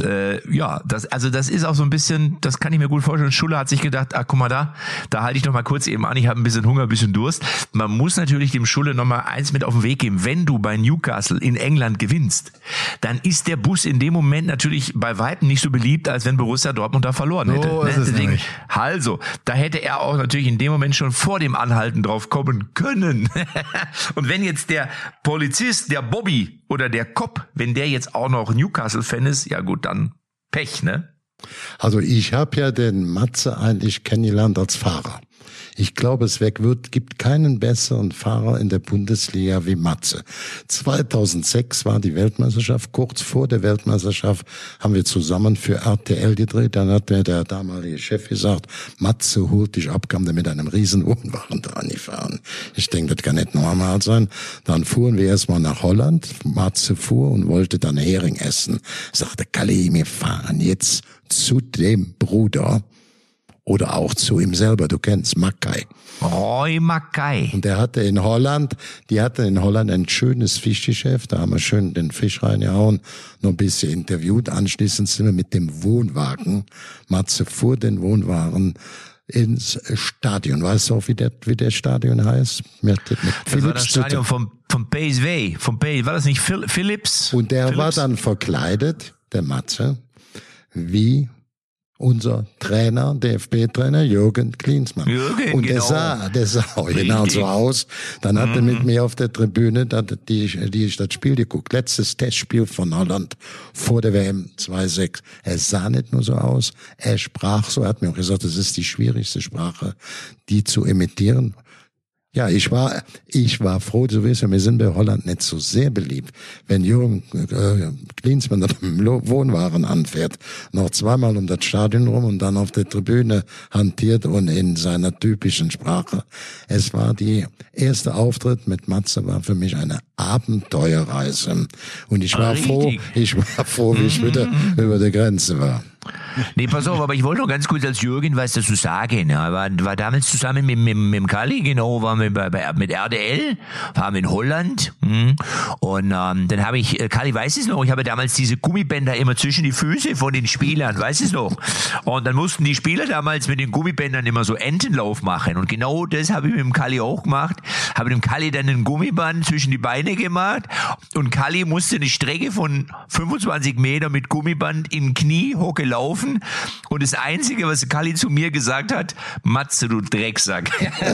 ist auch so ein bisschen, das kann ich mir gut vorstellen. Schulle hat sich gedacht, guck mal da halte ich noch mal kurz eben an, ich habe ein bisschen Hunger, ein bisschen Durst. Man muss natürlich dem Schulle noch mal eins mit auf den Weg geben. Wenn du bei Newcastle in England gewinnst, dann ist der Bus in dem Moment natürlich bei Weitem nicht so beliebt, als wenn Borussia Dortmund da verloren hätte. Deswegen, also, da hätte er auch natürlich in dem Moment schon vor dem Anhalten drauf kommen können. Und wenn jetzt der Polizist, der Bobby oder der Cop, wenn der jetzt auch noch Newcastle-Fan ist, ja gut, dann Pech, ne? Also ich habe ja den Matze eigentlich kennengelernt als Fahrer. Ich glaube, gibt keinen besseren Fahrer in der Bundesliga wie Matze. 2006 war die Weltmeisterschaft. Kurz vor der Weltmeisterschaft haben wir zusammen für RTL gedreht. Dann hat mir der damalige Chef gesagt, Matze holt dich ab, kam der mit einem riesen Wohnwagen dran gefahren. Ich denke, das kann nicht normal sein. Dann fuhren wir erstmal nach Holland. Matze fuhr und wollte dann Hering essen. Sagte, Kalli, wir fahren jetzt zu dem Bruder. Oder auch zu ihm selber, du kennst Mackay. Roy Mackay. Und die hatten in Holland ein schönes Fischgeschäft, da haben wir schön den Fisch reingehauen, noch ein bisschen interviewt, anschließend sind wir mit dem Wohnwagen, Matze fuhr den Wohnwagen ins Stadion. Weißt du auch, wie der Stadion heißt? Das war das Stadion vom PSV, war das nicht Philips? Und der war dann verkleidet, der Matze, wie unser Trainer, DFB-Trainer Jürgen Klinsmann. Und der sah genau so aus. Dann hat er mit mir auf der Tribüne das Spiel geguckt. Letztes Testspiel von Holland vor der WM 2-6. Er sah nicht nur so aus, er sprach so. Er hat mir auch gesagt, das ist die schwierigste Sprache, die zu imitieren. Ja, ich war froh zu wissen, wir sind bei Holland nicht so sehr beliebt. Wenn Jürgen Klinsmann mit dem Wohnwagen anfährt, noch zweimal um das Stadion rum und dann auf der Tribüne hantiert und in seiner typischen Sprache. Es war die erste Auftritt mit Matze, war für mich eine Abenteuerreise. Und ich war froh, wie ich wieder über der Grenze war. Nee, pass auf, aber ich wollte noch ganz kurz als Jürgen was dazu sagen. Ja, war damals zusammen mit Kalli, genau, waren wir mit RDL, waren wir in Holland. Und dann habe ich, Kalli weiß es noch, ich habe damals diese Gummibänder immer zwischen die Füße von den Spielern, weiß es noch. Und dann mussten die Spieler damals mit den Gummibändern immer so Entenlauf machen. Und genau das habe ich mit dem Kalli auch gemacht. Habe dem Kalli dann einen Gummiband zwischen die Beine gemacht. Und Kalli musste eine Strecke von 25 Meter mit Gummiband in Kniehocke laufen. Und das Einzige, was Kalli zu mir gesagt hat, Matze, du Drecksack.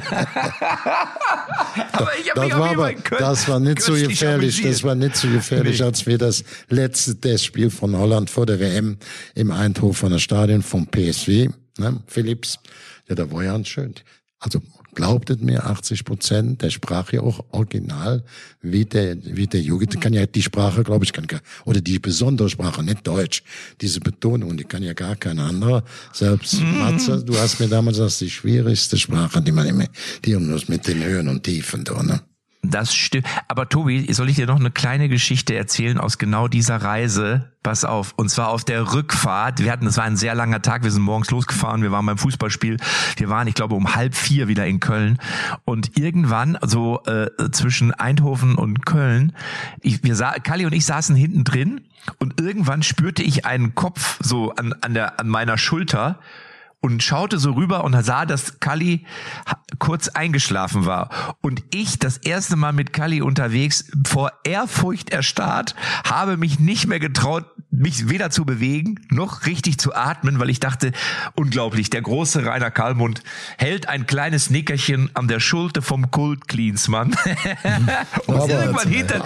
Aber ich das war nicht so gefährlich. Das war nicht so gefährlich, als wir das letzte Testspiel von Holland vor der WM im Eindhovener Stadion vom PSV, ne, Philips. Ja, da war ja ein schön. Also glaubtet mir, 80%, der sprach ja auch original, wie der Jugend, kann ja die Sprache, glaube ich, oder die besondere Sprache, nicht Deutsch, diese Betonung, die kann ja gar keine andere. Selbst Matze, du hast mir damals gesagt, die schwierigste Sprache, die muss mit den Höhen und Tiefen da, ne? Das stimmt. Aber Tobi, soll ich dir noch eine kleine Geschichte erzählen aus genau dieser Reise? Pass auf. Und zwar auf der Rückfahrt. Das war ein sehr langer Tag. Wir sind morgens losgefahren. Wir waren beim Fußballspiel. Wir waren, ich glaube, um 3:30 wieder in Köln. Und irgendwann, so zwischen Eindhoven und Köln, Kalli und ich saßen hinten drin. Und irgendwann spürte ich einen Kopf so an meiner Schulter. Und schaute so rüber und sah, dass Kalli kurz eingeschlafen war. Und ich, das erste Mal mit Kalli unterwegs, vor Ehrfurcht erstarrt, habe mich nicht mehr getraut, mich weder zu bewegen, noch richtig zu atmen, weil ich dachte, unglaublich, der große Rainer Kallmund hält ein kleines Nickerchen an der Schulter vom Kult Klinsmann. Und irgendwann hinter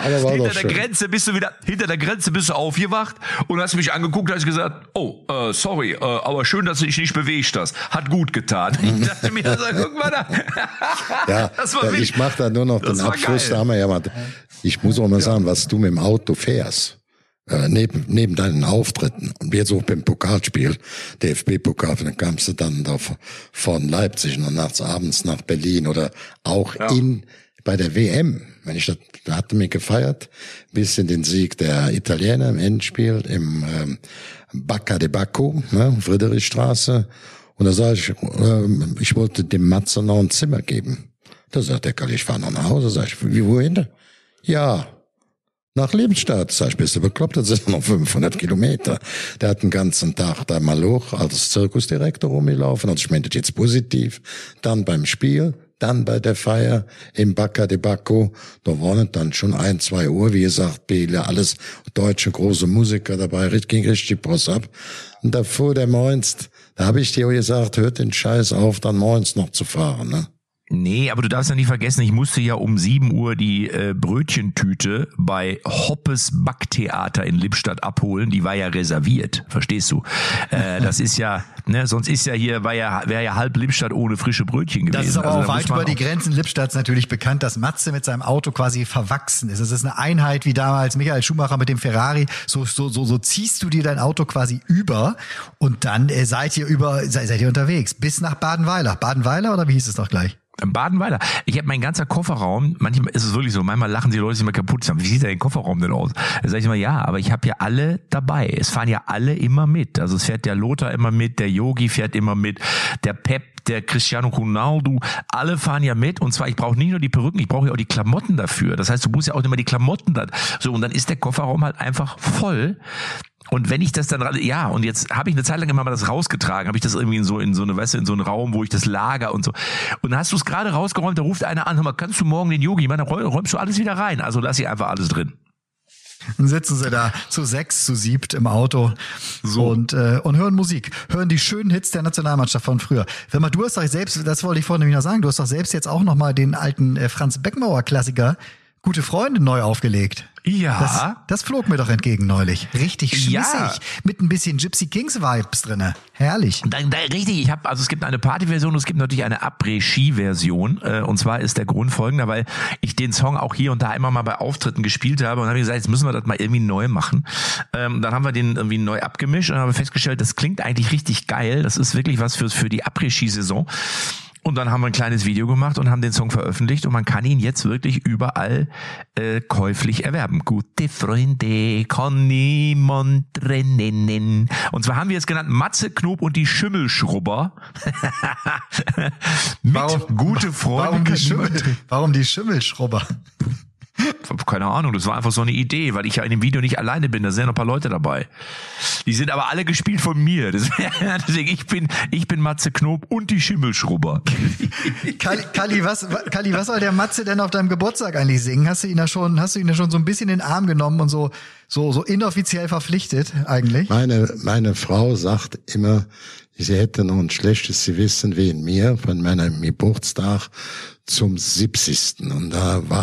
der Grenze bist du aufgewacht und hast mich angeguckt und hast gesagt, sorry, aber schön, dass du dich nicht bewegst. Das hat gut getan. Ich dachte mir, guck mal da. Ja, ich mache da nur noch den Abschluss. Da haben wir ja mal, ich muss auch mal sagen, was du mit dem Auto fährst, neben deinen Auftritten und jetzt auch beim Pokalspiel, DFB-Pokal, dann kamst du dann da von Leipzig und nachts abends nach Berlin oder auch bei der WM. Da hatte mir gefeiert, bis in den Sieg der Italiener im Endspiel im Bacca de Bacco, ne, Friedrichstraße. Und da sage ich wollte dem Matze noch ein Zimmer geben. Da sagt der Kalli, ich fahre noch nach Hause. Sag ich, wohin? Ja, nach Lippstadt. Sag ich, bist du bekloppt? Das sind noch 500 Kilometer. Der hat den ganzen Tag da mal hoch als Zirkusdirektor rumgelaufen. Also ich meinte jetzt positiv. Dann beim Spiel. Dann bei der Feier im Bacca de Bacco, da waren dann schon 1-2 Uhr, wie gesagt, Biele, alles deutsche große Musiker dabei, ging richtig Post ab. Und da fuhr der Moins, da habe ich dir gesagt, hört den Scheiß auf, dann morgens noch zu fahren, ne? Nee, aber du darfst ja nicht vergessen, ich musste ja um 7 Uhr die Brötchentüte bei Hoppes Backtheater in Lippstadt abholen. Die war ja reserviert, verstehst du? Das ist ja, ne, sonst ist ja hier, wäre ja halb Lippstadt ohne frische Brötchen gewesen. Das ist aber auch weit über die Grenzen Lippstadts natürlich bekannt, dass Matze mit seinem Auto quasi verwachsen ist. Es ist eine Einheit wie damals Michael Schumacher mit dem Ferrari. So ziehst du dir dein Auto quasi über und dann seid ihr unterwegs bis nach Badenweiler. Badenweiler oder wie hieß es doch gleich? Badenweiler. Ich habe mein ganzer Kofferraum, manchmal ist es wirklich so, manchmal lachen die Leute sich mal kaputt, sagen, wie sieht dein Kofferraum denn aus? Da sage ich immer, ja, aber ich habe ja alle dabei. Es fahren ja alle immer mit. Also es fährt der Lothar immer mit, der Yogi fährt immer mit, der Pep, der Cristiano Ronaldo, alle fahren ja mit. Und zwar, ich brauche nicht nur die Perücken, ich brauche ja auch die Klamotten dafür. Das heißt, du musst ja auch immer die Klamotten dann. So, und dann ist der Kofferraum halt einfach voll. Und wenn ich das dann, ja, und jetzt habe ich eine Zeit lang immer mal das rausgetragen, habe ich das irgendwie in so eine, weißt du, in so einen Raum, wo ich das lager und so. Und dann hast du es gerade rausgeräumt, da ruft einer an, hör mal, kannst du morgen den Yogi machen, dann räumst du alles wieder rein. Also lass ich einfach alles drin. Dann sitzen sie da zu 6, zu 7 im Auto und hören Musik, hören die schönen Hits der Nationalmannschaft von früher. Wenn du hast doch selbst, das wollte ich vorhin nämlich noch sagen, du hast doch selbst jetzt auch noch mal den alten Franz Beckenbauer Klassiker Gute Freunde neu aufgelegt. Ja. Das flog mir doch entgegen neulich. Richtig schmissig. Ja. Mit ein bisschen Gypsy Kings Vibes drinne. Herrlich. Richtig, es gibt eine Partyversion und es gibt natürlich eine Après-Ski-Version. Und zwar ist der Grund folgender, weil ich den Song auch hier und da immer mal bei Auftritten gespielt habe und habe gesagt, jetzt müssen wir das mal irgendwie neu machen. Dann haben wir den irgendwie neu abgemischt und haben festgestellt, das klingt eigentlich richtig geil. Das ist wirklich was für die Après-Ski-Saison. Und dann haben wir ein kleines Video gemacht und haben den Song veröffentlicht und man kann ihn jetzt wirklich überall käuflich erwerben. Gute Freunde kann niemand trennen. Und zwar haben wir es genannt Matze Knob und die Schimmelschrubber. Gute Freunde. Warum die Schimmelschrubber? Keine Ahnung, das war einfach so eine Idee, weil ich ja in dem Video nicht alleine bin, da sind ja noch ein paar Leute dabei. Die sind aber alle gespielt von mir. Deswegen, ich bin Matze Knob und die Schimmelschrubber. Kalli, was soll der Matze denn auf deinem Geburtstag eigentlich singen? Hast du ihn da schon so ein bisschen in den Arm genommen und so inoffiziell verpflichtet eigentlich? Meine Frau sagt immer, sie hätte noch ein schlechtes Gewissen wegen mir von meinem Geburtstag zum 70. Und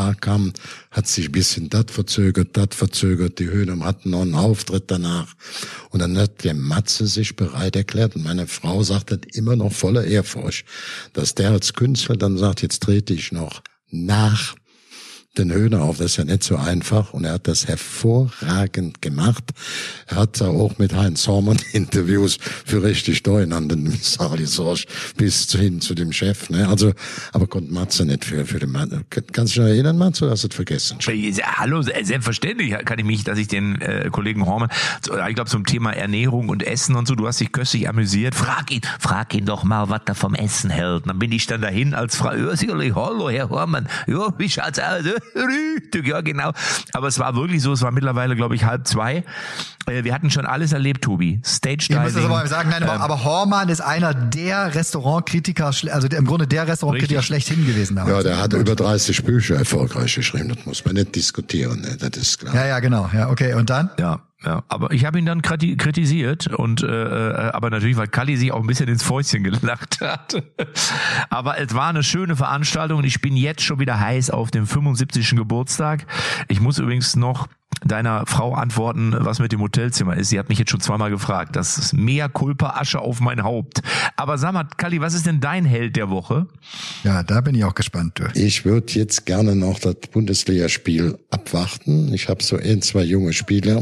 hat sich ein bisschen das verzögert, die Höhner hatten noch einen Auftritt danach. Und dann hat der Matze sich bereit erklärt und meine Frau sagt das immer noch voller Ehrfurcht, dass der als Künstler dann sagt, jetzt trete ich noch nach den Höhner auf, das ist ja nicht so einfach und er hat das hervorragend gemacht. Er hat da auch mit Heinz Hormann Interviews für richtig durcheinander, Sali Sorsch, bis hin zu dem Chef, ne? Also, aber konnte Matze nicht für den Mann. Kannst du dich noch erinnern, Matze, oder hast du das vergessen? Hallo, selbstverständlich kann ich mich, dass ich den Kollegen Hormann, ich glaube zum Thema Ernährung und Essen und so, du hast dich köstlich amüsiert. Frag ihn doch mal, was er vom Essen hält. Dann bin ich dann dahin als Frau, ja, sicherlich, hallo, Herr Hormann, ja, wie schaut's aus? Richtig, ja genau. Aber es war wirklich so, es war mittlerweile, glaube ich, 1:30. Wir hatten schon alles erlebt, Tobi. Stage-Diving. Ich muss das aber sagen, nein, aber Hormann ist einer der Restaurantkritiker, also im Grunde der Restaurantkritiker schlechthin gewesen damals. Ja, der hat über 30 Bücher erfolgreich geschrieben, das muss man nicht diskutieren, ne? Das ist klar. Ja, genau, ja, okay, und dann? Ja, aber ich habe ihn dann kritisiert und aber natürlich, weil Kalli sich auch ein bisschen ins Fäustchen gelacht hat. Aber es war eine schöne Veranstaltung und ich bin jetzt schon wieder heiß auf den 75. Geburtstag. Ich muss übrigens noch deiner Frau antworten, was mit dem Hotelzimmer ist. Sie hat mich jetzt schon zweimal gefragt. Das ist mea culpa, Asche auf mein Haupt. Aber sag mal, Kalli, was ist denn dein Held der Woche? Ja, da bin ich auch gespannt. Du. Ich würde jetzt gerne noch das Bundesligaspiel abwarten. Ich habe so 2 junge Spieler.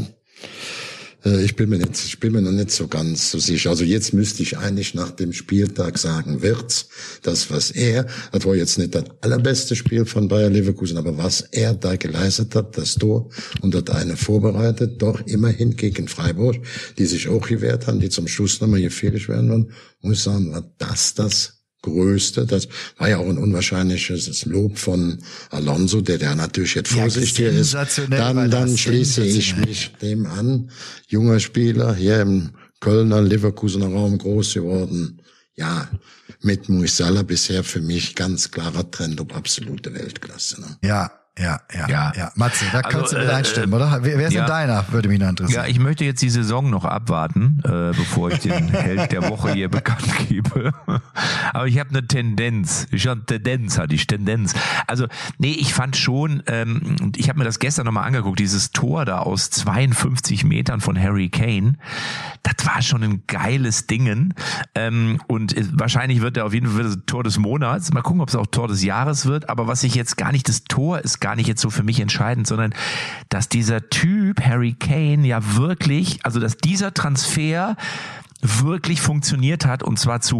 Ich bin mir noch nicht so ganz so sicher. Also jetzt müsste ich eigentlich nach dem Spieltag sagen, Wirtz, das war jetzt nicht das allerbeste Spiel von Bayer Leverkusen, aber was er da geleistet hat, das Tor und das eine vorbereitet, doch immerhin gegen Freiburg, die sich auch gewehrt haben, die zum Schluss nochmal gefährlich werden wollen, muss ich sagen, war das Größte, das war ja auch ein unwahrscheinliches Lob von Alonso, der natürlich jetzt vorsichtig ist. Dann schließe ich mich dem an. Junger Spieler, hier im Kölner, Leverkusener Raum groß geworden. Ja, mit Musiala bisher für mich ganz klarer Trend auf absolute Weltklasse. Ne? Ja. Matze, da kannst du mit einstimmen, oder? Wer ist denn deiner? Würde mich noch interessieren. Ja, ich möchte jetzt die Saison noch abwarten, bevor ich den Held der Woche hier bekannt gebe. Aber ich habe eine Tendenz. Tendenz. Also, nee, ich fand schon, ich habe mir das gestern nochmal angeguckt, dieses Tor da aus 52 Metern von Harry Kane. Das war schon ein geiles Dingen. Und wahrscheinlich wird er auf jeden Fall das Tor des Monats. Mal gucken, ob es auch Tor des Jahres wird. Aber was ich jetzt gar nicht, das Tor ist gar nicht jetzt so für mich entscheidend, sondern dass dieser Typ, Harry Kane, ja wirklich, also dass dieser Transfer wirklich funktioniert hat und zwar zu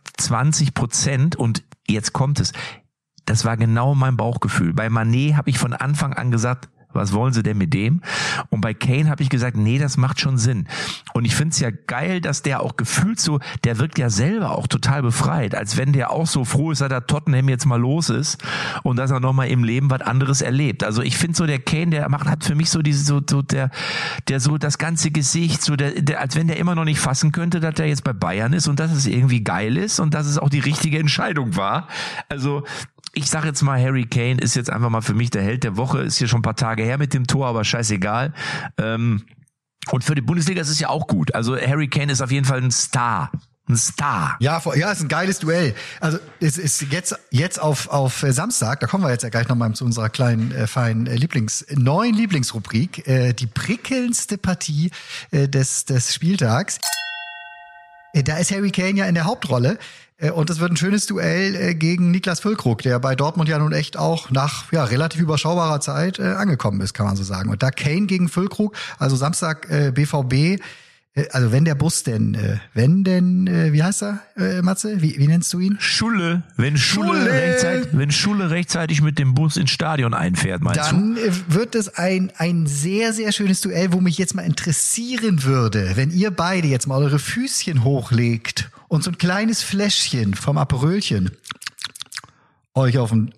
120%. Und jetzt kommt es. Das war genau mein Bauchgefühl. Bei Mané habe ich von Anfang an gesagt, was wollen sie denn mit dem? Und bei Kane habe ich gesagt, nee, das macht schon Sinn. Und ich finde es ja geil, dass der auch gefühlt so, der wirkt ja selber auch total befreit, als wenn der auch so froh ist, dass der Tottenham jetzt mal los ist und dass er nochmal im Leben was anderes erlebt. Also ich finde so, der Kane, hat für mich so diese, der so das ganze Gesicht, so der, als wenn der immer noch nicht fassen könnte, dass der jetzt bei Bayern ist und dass es irgendwie geil ist und dass es auch die richtige Entscheidung war. Also ich sage jetzt mal, Harry Kane ist jetzt einfach mal für mich der Held der Woche. Ist hier schon ein paar Tage her mit dem Tor, aber scheißegal. Und für die Bundesliga ist es ja auch gut. Also Harry Kane ist auf jeden Fall ein Star. ein Star. Ja, ist ein geiles Duell. Also es ist jetzt auf Samstag, da kommen wir jetzt ja gleich nochmal zu unserer kleinen, feinen neuen Lieblingsrubrik, die prickelndste Partie des Spieltags. Da ist Harry Kane ja in der Hauptrolle. Und es wird ein schönes Duell gegen Niklas Füllkrug, der bei Dortmund ja nun echt auch nach relativ überschaubarer Zeit angekommen ist, kann man so sagen. Und da Kane gegen Füllkrug, also Samstag BVB, also wenn der Bus denn, wie heißt er, Matze? Wie nennst du ihn? Schulle. Wenn Schulle rechtzeitig mit dem Bus ins Stadion einfährt, meinst dann du? Dann wird es ein sehr, sehr schönes Duell, wo mich jetzt mal interessieren würde, wenn ihr beide jetzt mal eure Füßchen hochlegt und so ein kleines Fläschchen vom Aperölchen euch auf den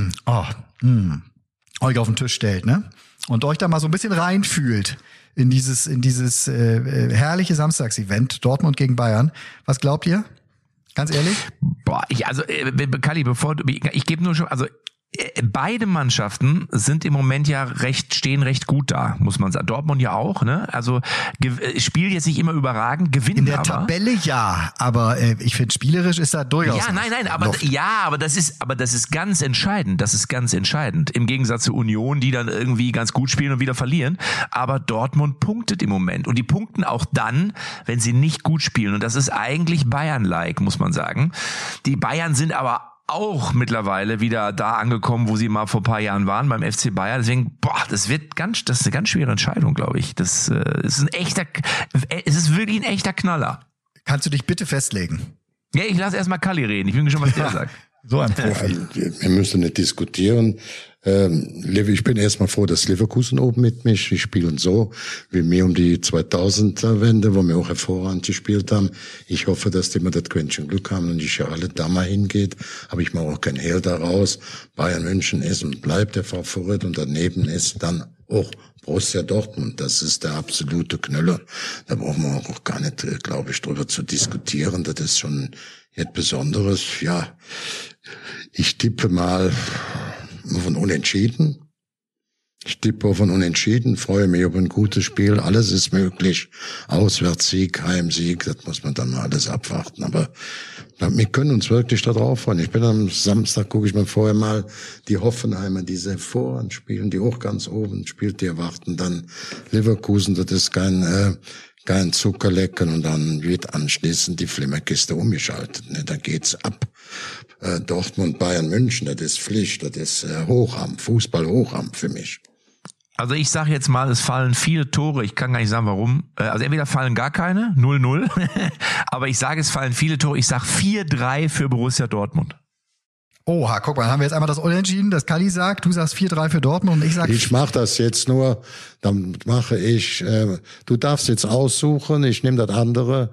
Tisch stellt, ne? Und euch da mal so ein bisschen reinfühlt in dieses herrliche Samstagsevent Dortmund gegen Bayern. Was glaubt ihr? Ganz ehrlich? Kalli, ich gebe nur schon, also beide Mannschaften sind im Moment ja stehen recht gut da, muss man sagen. Dortmund ja auch, ne? Also spielt jetzt nicht immer überragend, gewinnt in der aber. Tabelle ja, aber ich finde spielerisch ist da durchaus. Ja, nein, aber das ist ganz entscheidend. Das ist ganz entscheidend. Im Gegensatz zu Union, die dann irgendwie ganz gut spielen und wieder verlieren. Aber Dortmund punktet im Moment und die punkten auch dann, wenn sie nicht gut spielen. Und das ist eigentlich Bayern-like, muss man sagen. Die Bayern sind aber auch mittlerweile wieder da angekommen, wo sie mal vor ein paar Jahren waren beim FC Bayern. Deswegen, das ist eine ganz schwere Entscheidung, glaube ich. Es ist wirklich ein echter Knaller. Kannst du dich bitte festlegen? Ja, ich lasse erstmal Kalli reden. Ich bin gespannt, was der sagt. So ein Profi. Wir müssen nicht diskutieren. Ich bin erstmal froh, dass Leverkusen oben mitmischt. Die spielen so wie wir um die 2000er-Wende, wo wir auch hervorragend gespielt haben. Ich hoffe, dass die immer das Quäntchen Glück haben und die Schale da mal hingeht. Aber ich mache auch kein Hehl daraus. Bayern München ist und bleibt der Favorit und daneben ist dann auch Borussia Dortmund. Das ist der absolute Knüller. Da brauchen wir auch gar nicht, glaube ich, drüber zu diskutieren. Das ist schon etwas Besonderes. Ja, ich tippe mal von Unentschieden. Freue mich auf ein gutes Spiel. Alles ist möglich. Auswärtssieg, Heimsieg, das muss man dann mal alles abwarten. Aber wir können uns wirklich da drauf freuen. Ich bin am Samstag, gucke ich mir vorher mal die Hoffenheimer, diese hervorragend spielen, die auch ganz oben spielt, die erwarten dann Leverkusen. Das ist kein Zuckerlecken und dann wird anschließend die Flimmerkiste umgeschaltet. Ne, da geht's ab. Dortmund, Bayern, München, das ist Pflicht, das ist Hochamt, Fußball Hochamt für mich. Also ich sage jetzt mal, es fallen viele Tore, ich kann gar nicht sagen warum, also entweder fallen gar keine, 0-0, aber ich sage, es fallen viele Tore, ich sage 4-3 für Borussia Dortmund. Oha, guck mal, dann haben wir jetzt einmal das Unentschieden, das Kalli sagt, du sagst 4-3 für Dortmund und ich sage... Ich mache das jetzt nur, dann mache ich, du darfst jetzt aussuchen, ich nehme das andere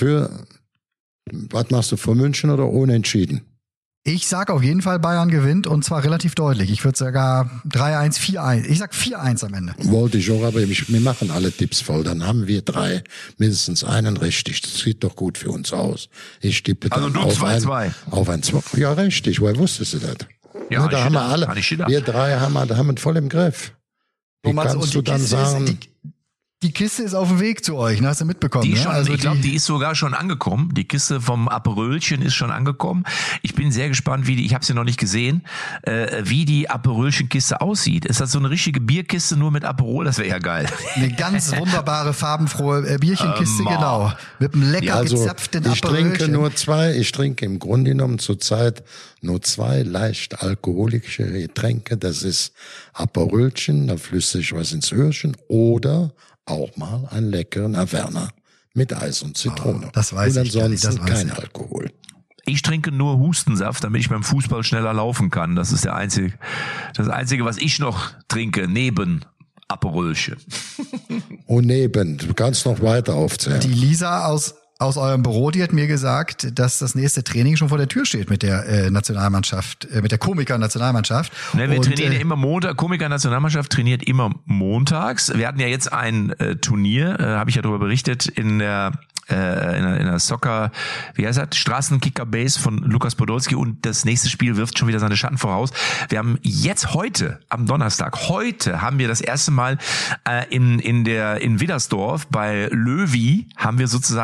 was machst du, für München oder Unentschieden? Ich sag auf jeden Fall, Bayern gewinnt und zwar relativ deutlich. Ich würde sogar 3-1, 4-1. Ich sag 4-1 am Ende. Wollte ich auch, aber wir machen alle Tipps voll. Dann haben wir mindestens einen richtig. Das sieht doch gut für uns aus. Ich tippe dann auf ein 2. Ja, richtig. Woher wusstest du das? Ja, da haben wir alle. Wir drei haben wir voll im Griff. Wie kannst du dann sagen... Die Kiste ist auf dem Weg zu euch, ne? Hast du mitbekommen? Ich glaube, die ist sogar schon angekommen. Die Kiste vom Aperölchen ist schon angekommen. Ich bin sehr gespannt, ich habe sie noch nicht gesehen, wie die Aperölchen-Kiste aussieht. Ist das so eine richtige Bierkiste nur mit Aperol? Das wäre ja geil. Eine ganz wunderbare, farbenfrohe Bierchenkiste, genau. Mit einem lecker gezapften Aperölchen. Ich trinke im Grunde genommen zurzeit nur 2 leicht alkoholische Getränke. Das ist Aperölchen, da flüsse ich was ins Öhrchen oder auch mal einen leckeren Averna mit Eis und Zitrone. Das weiß ich. Und ansonsten kein Alkohol. Ich trinke nur Hustensaft, damit ich beim Fußball schneller laufen kann. Das ist das Einzige, was ich noch trinke, neben Aperölchen. Und du kannst noch weiter aufzählen. Die Lisa aus eurem Büro, die hat mir gesagt, dass das nächste Training schon vor der Tür steht mit der Nationalmannschaft, mit der Komiker-Nationalmannschaft. Ne, wir trainieren immer Montag. Komiker-Nationalmannschaft trainiert immer montags. Wir hatten ja jetzt ein Turnier, habe ich ja darüber berichtet, in der Soccer, Straßenkicker-Base von Lukas Podolski und das nächste Spiel wirft schon wieder seine Schatten voraus. Wir haben jetzt heute, am Donnerstag, haben wir das erste Mal in Widdersdorf bei Löwy haben wir sozusagen eine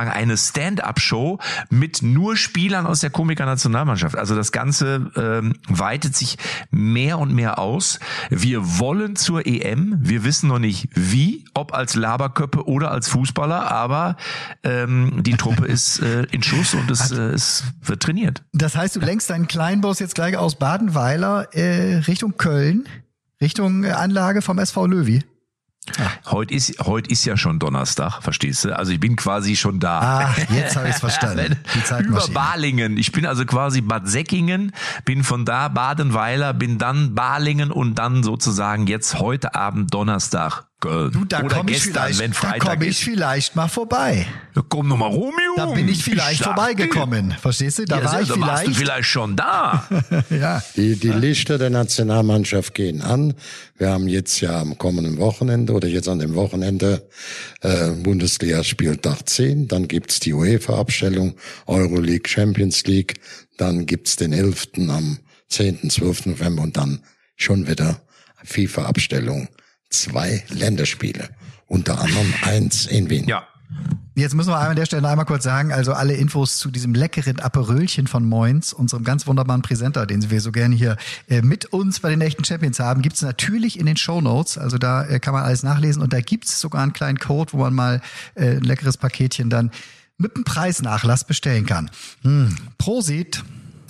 Stand-up-Show mit nur Spielern aus der Komiker-Nationalmannschaft. Also das Ganze weitet sich mehr und mehr aus. Wir wollen zur EM. Wir wissen noch nicht wie, ob als Laberköppe oder als Fußballer, aber die Truppe ist in Schuss und es wird trainiert. Das heißt, du lenkst deinen Kleinbus jetzt gleich aus Badenweiler Richtung Köln, Richtung Anlage vom SV Löwy. Heute ist ja schon Donnerstag, verstehst du? Also ich bin quasi schon da. Ah, jetzt habe ich es verstanden. Über Balingen. Ich bin also quasi Bad Säckingen, bin von da Badenweiler, bin dann Balingen und dann sozusagen jetzt heute Abend Donnerstag Köln. Du, da oder komm gestern, ich wenn Freitag ist. Vielleicht mal vorbei. Ja, komm doch mal rum, Junge. Da bin ich vielleicht vorbeigekommen. Verstehst du? Da war ich vielleicht. Warst du vielleicht schon da. Ja. Die Lichter der Nationalmannschaft gehen an. Wir haben jetzt ja am kommenden Wochenende oder jetzt an dem Wochenende Bundesliga Spieltag 10. Dann gibt's die UEFA-Abstellung, Euroleague, Champions League. Dann gibt's den 11. am 10., 12. November und dann schon wieder FIFA-Abstellung. 2 Länderspiele. Unter anderem 1 in Wien. Ja. Jetzt müssen wir an der Stelle einmal kurz sagen, also alle Infos zu diesem leckeren Aperölchen von Moins, unserem ganz wunderbaren Präsenter, den wir so gerne hier mit uns bei den echten Champions haben, gibt's natürlich in den Shownotes. Also da kann man alles nachlesen und da gibt's sogar einen kleinen Code, wo man mal ein leckeres Paketchen dann mit einem Preisnachlass bestellen kann. Prosit.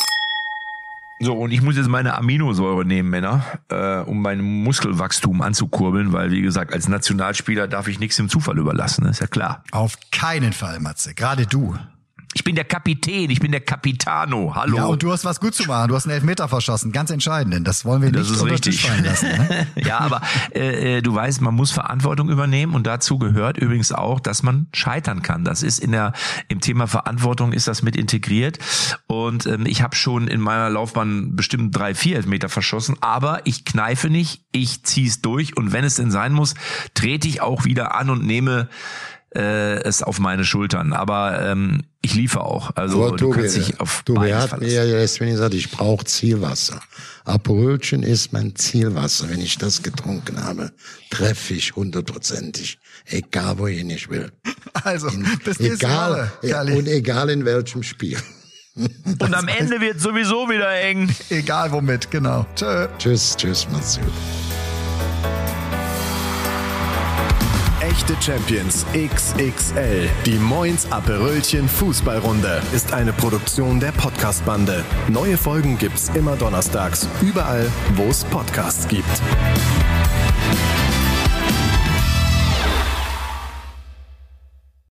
So, und ich muss jetzt meine Aminosäure nehmen, Männer, um mein Muskelwachstum anzukurbeln, weil, wie gesagt, als Nationalspieler darf ich nichts dem Zufall überlassen, ist ja klar. Auf keinen Fall, Matze. Gerade du. Ich bin der Kapitän, ich bin der Capitano. Hallo. Ja, und du hast was gut zu machen. Du hast einen Elfmeter verschossen. Ganz entscheidend. Das wollen wir nicht unter den Tisch fallen lassen. Ne? Ja, aber du weißt, man muss Verantwortung übernehmen und dazu gehört übrigens auch, dass man scheitern kann. Das ist im Thema Verantwortung ist das mit integriert. Und ich habe schon in meiner Laufbahn bestimmt 3-4 Elfmeter verschossen, aber ich kneife nicht, ich zieh's durch und wenn es denn sein muss, trete ich auch wieder an und nehme es auf meine Schultern. Aber ich liefere auch. Also aber du kannst dich auf beides hat mir ja deswegen gesagt, ich brauche Zielwasser. Aperölchen ist mein Zielwasser. Wenn ich das getrunken habe, treffe ich 100%. Egal, wohin ich will. Also, bis nächste Woche. Und egal in welchem Spiel. Und am Ende wird sowieso wieder eng. Egal womit, genau. Tschüss, mach's gut. Echte Champions XXL. Die Moins Aperölchen Fußballrunde ist eine Produktion der Podcast-Bande. Neue Folgen gibt's immer donnerstags, überall, wo es Podcasts gibt.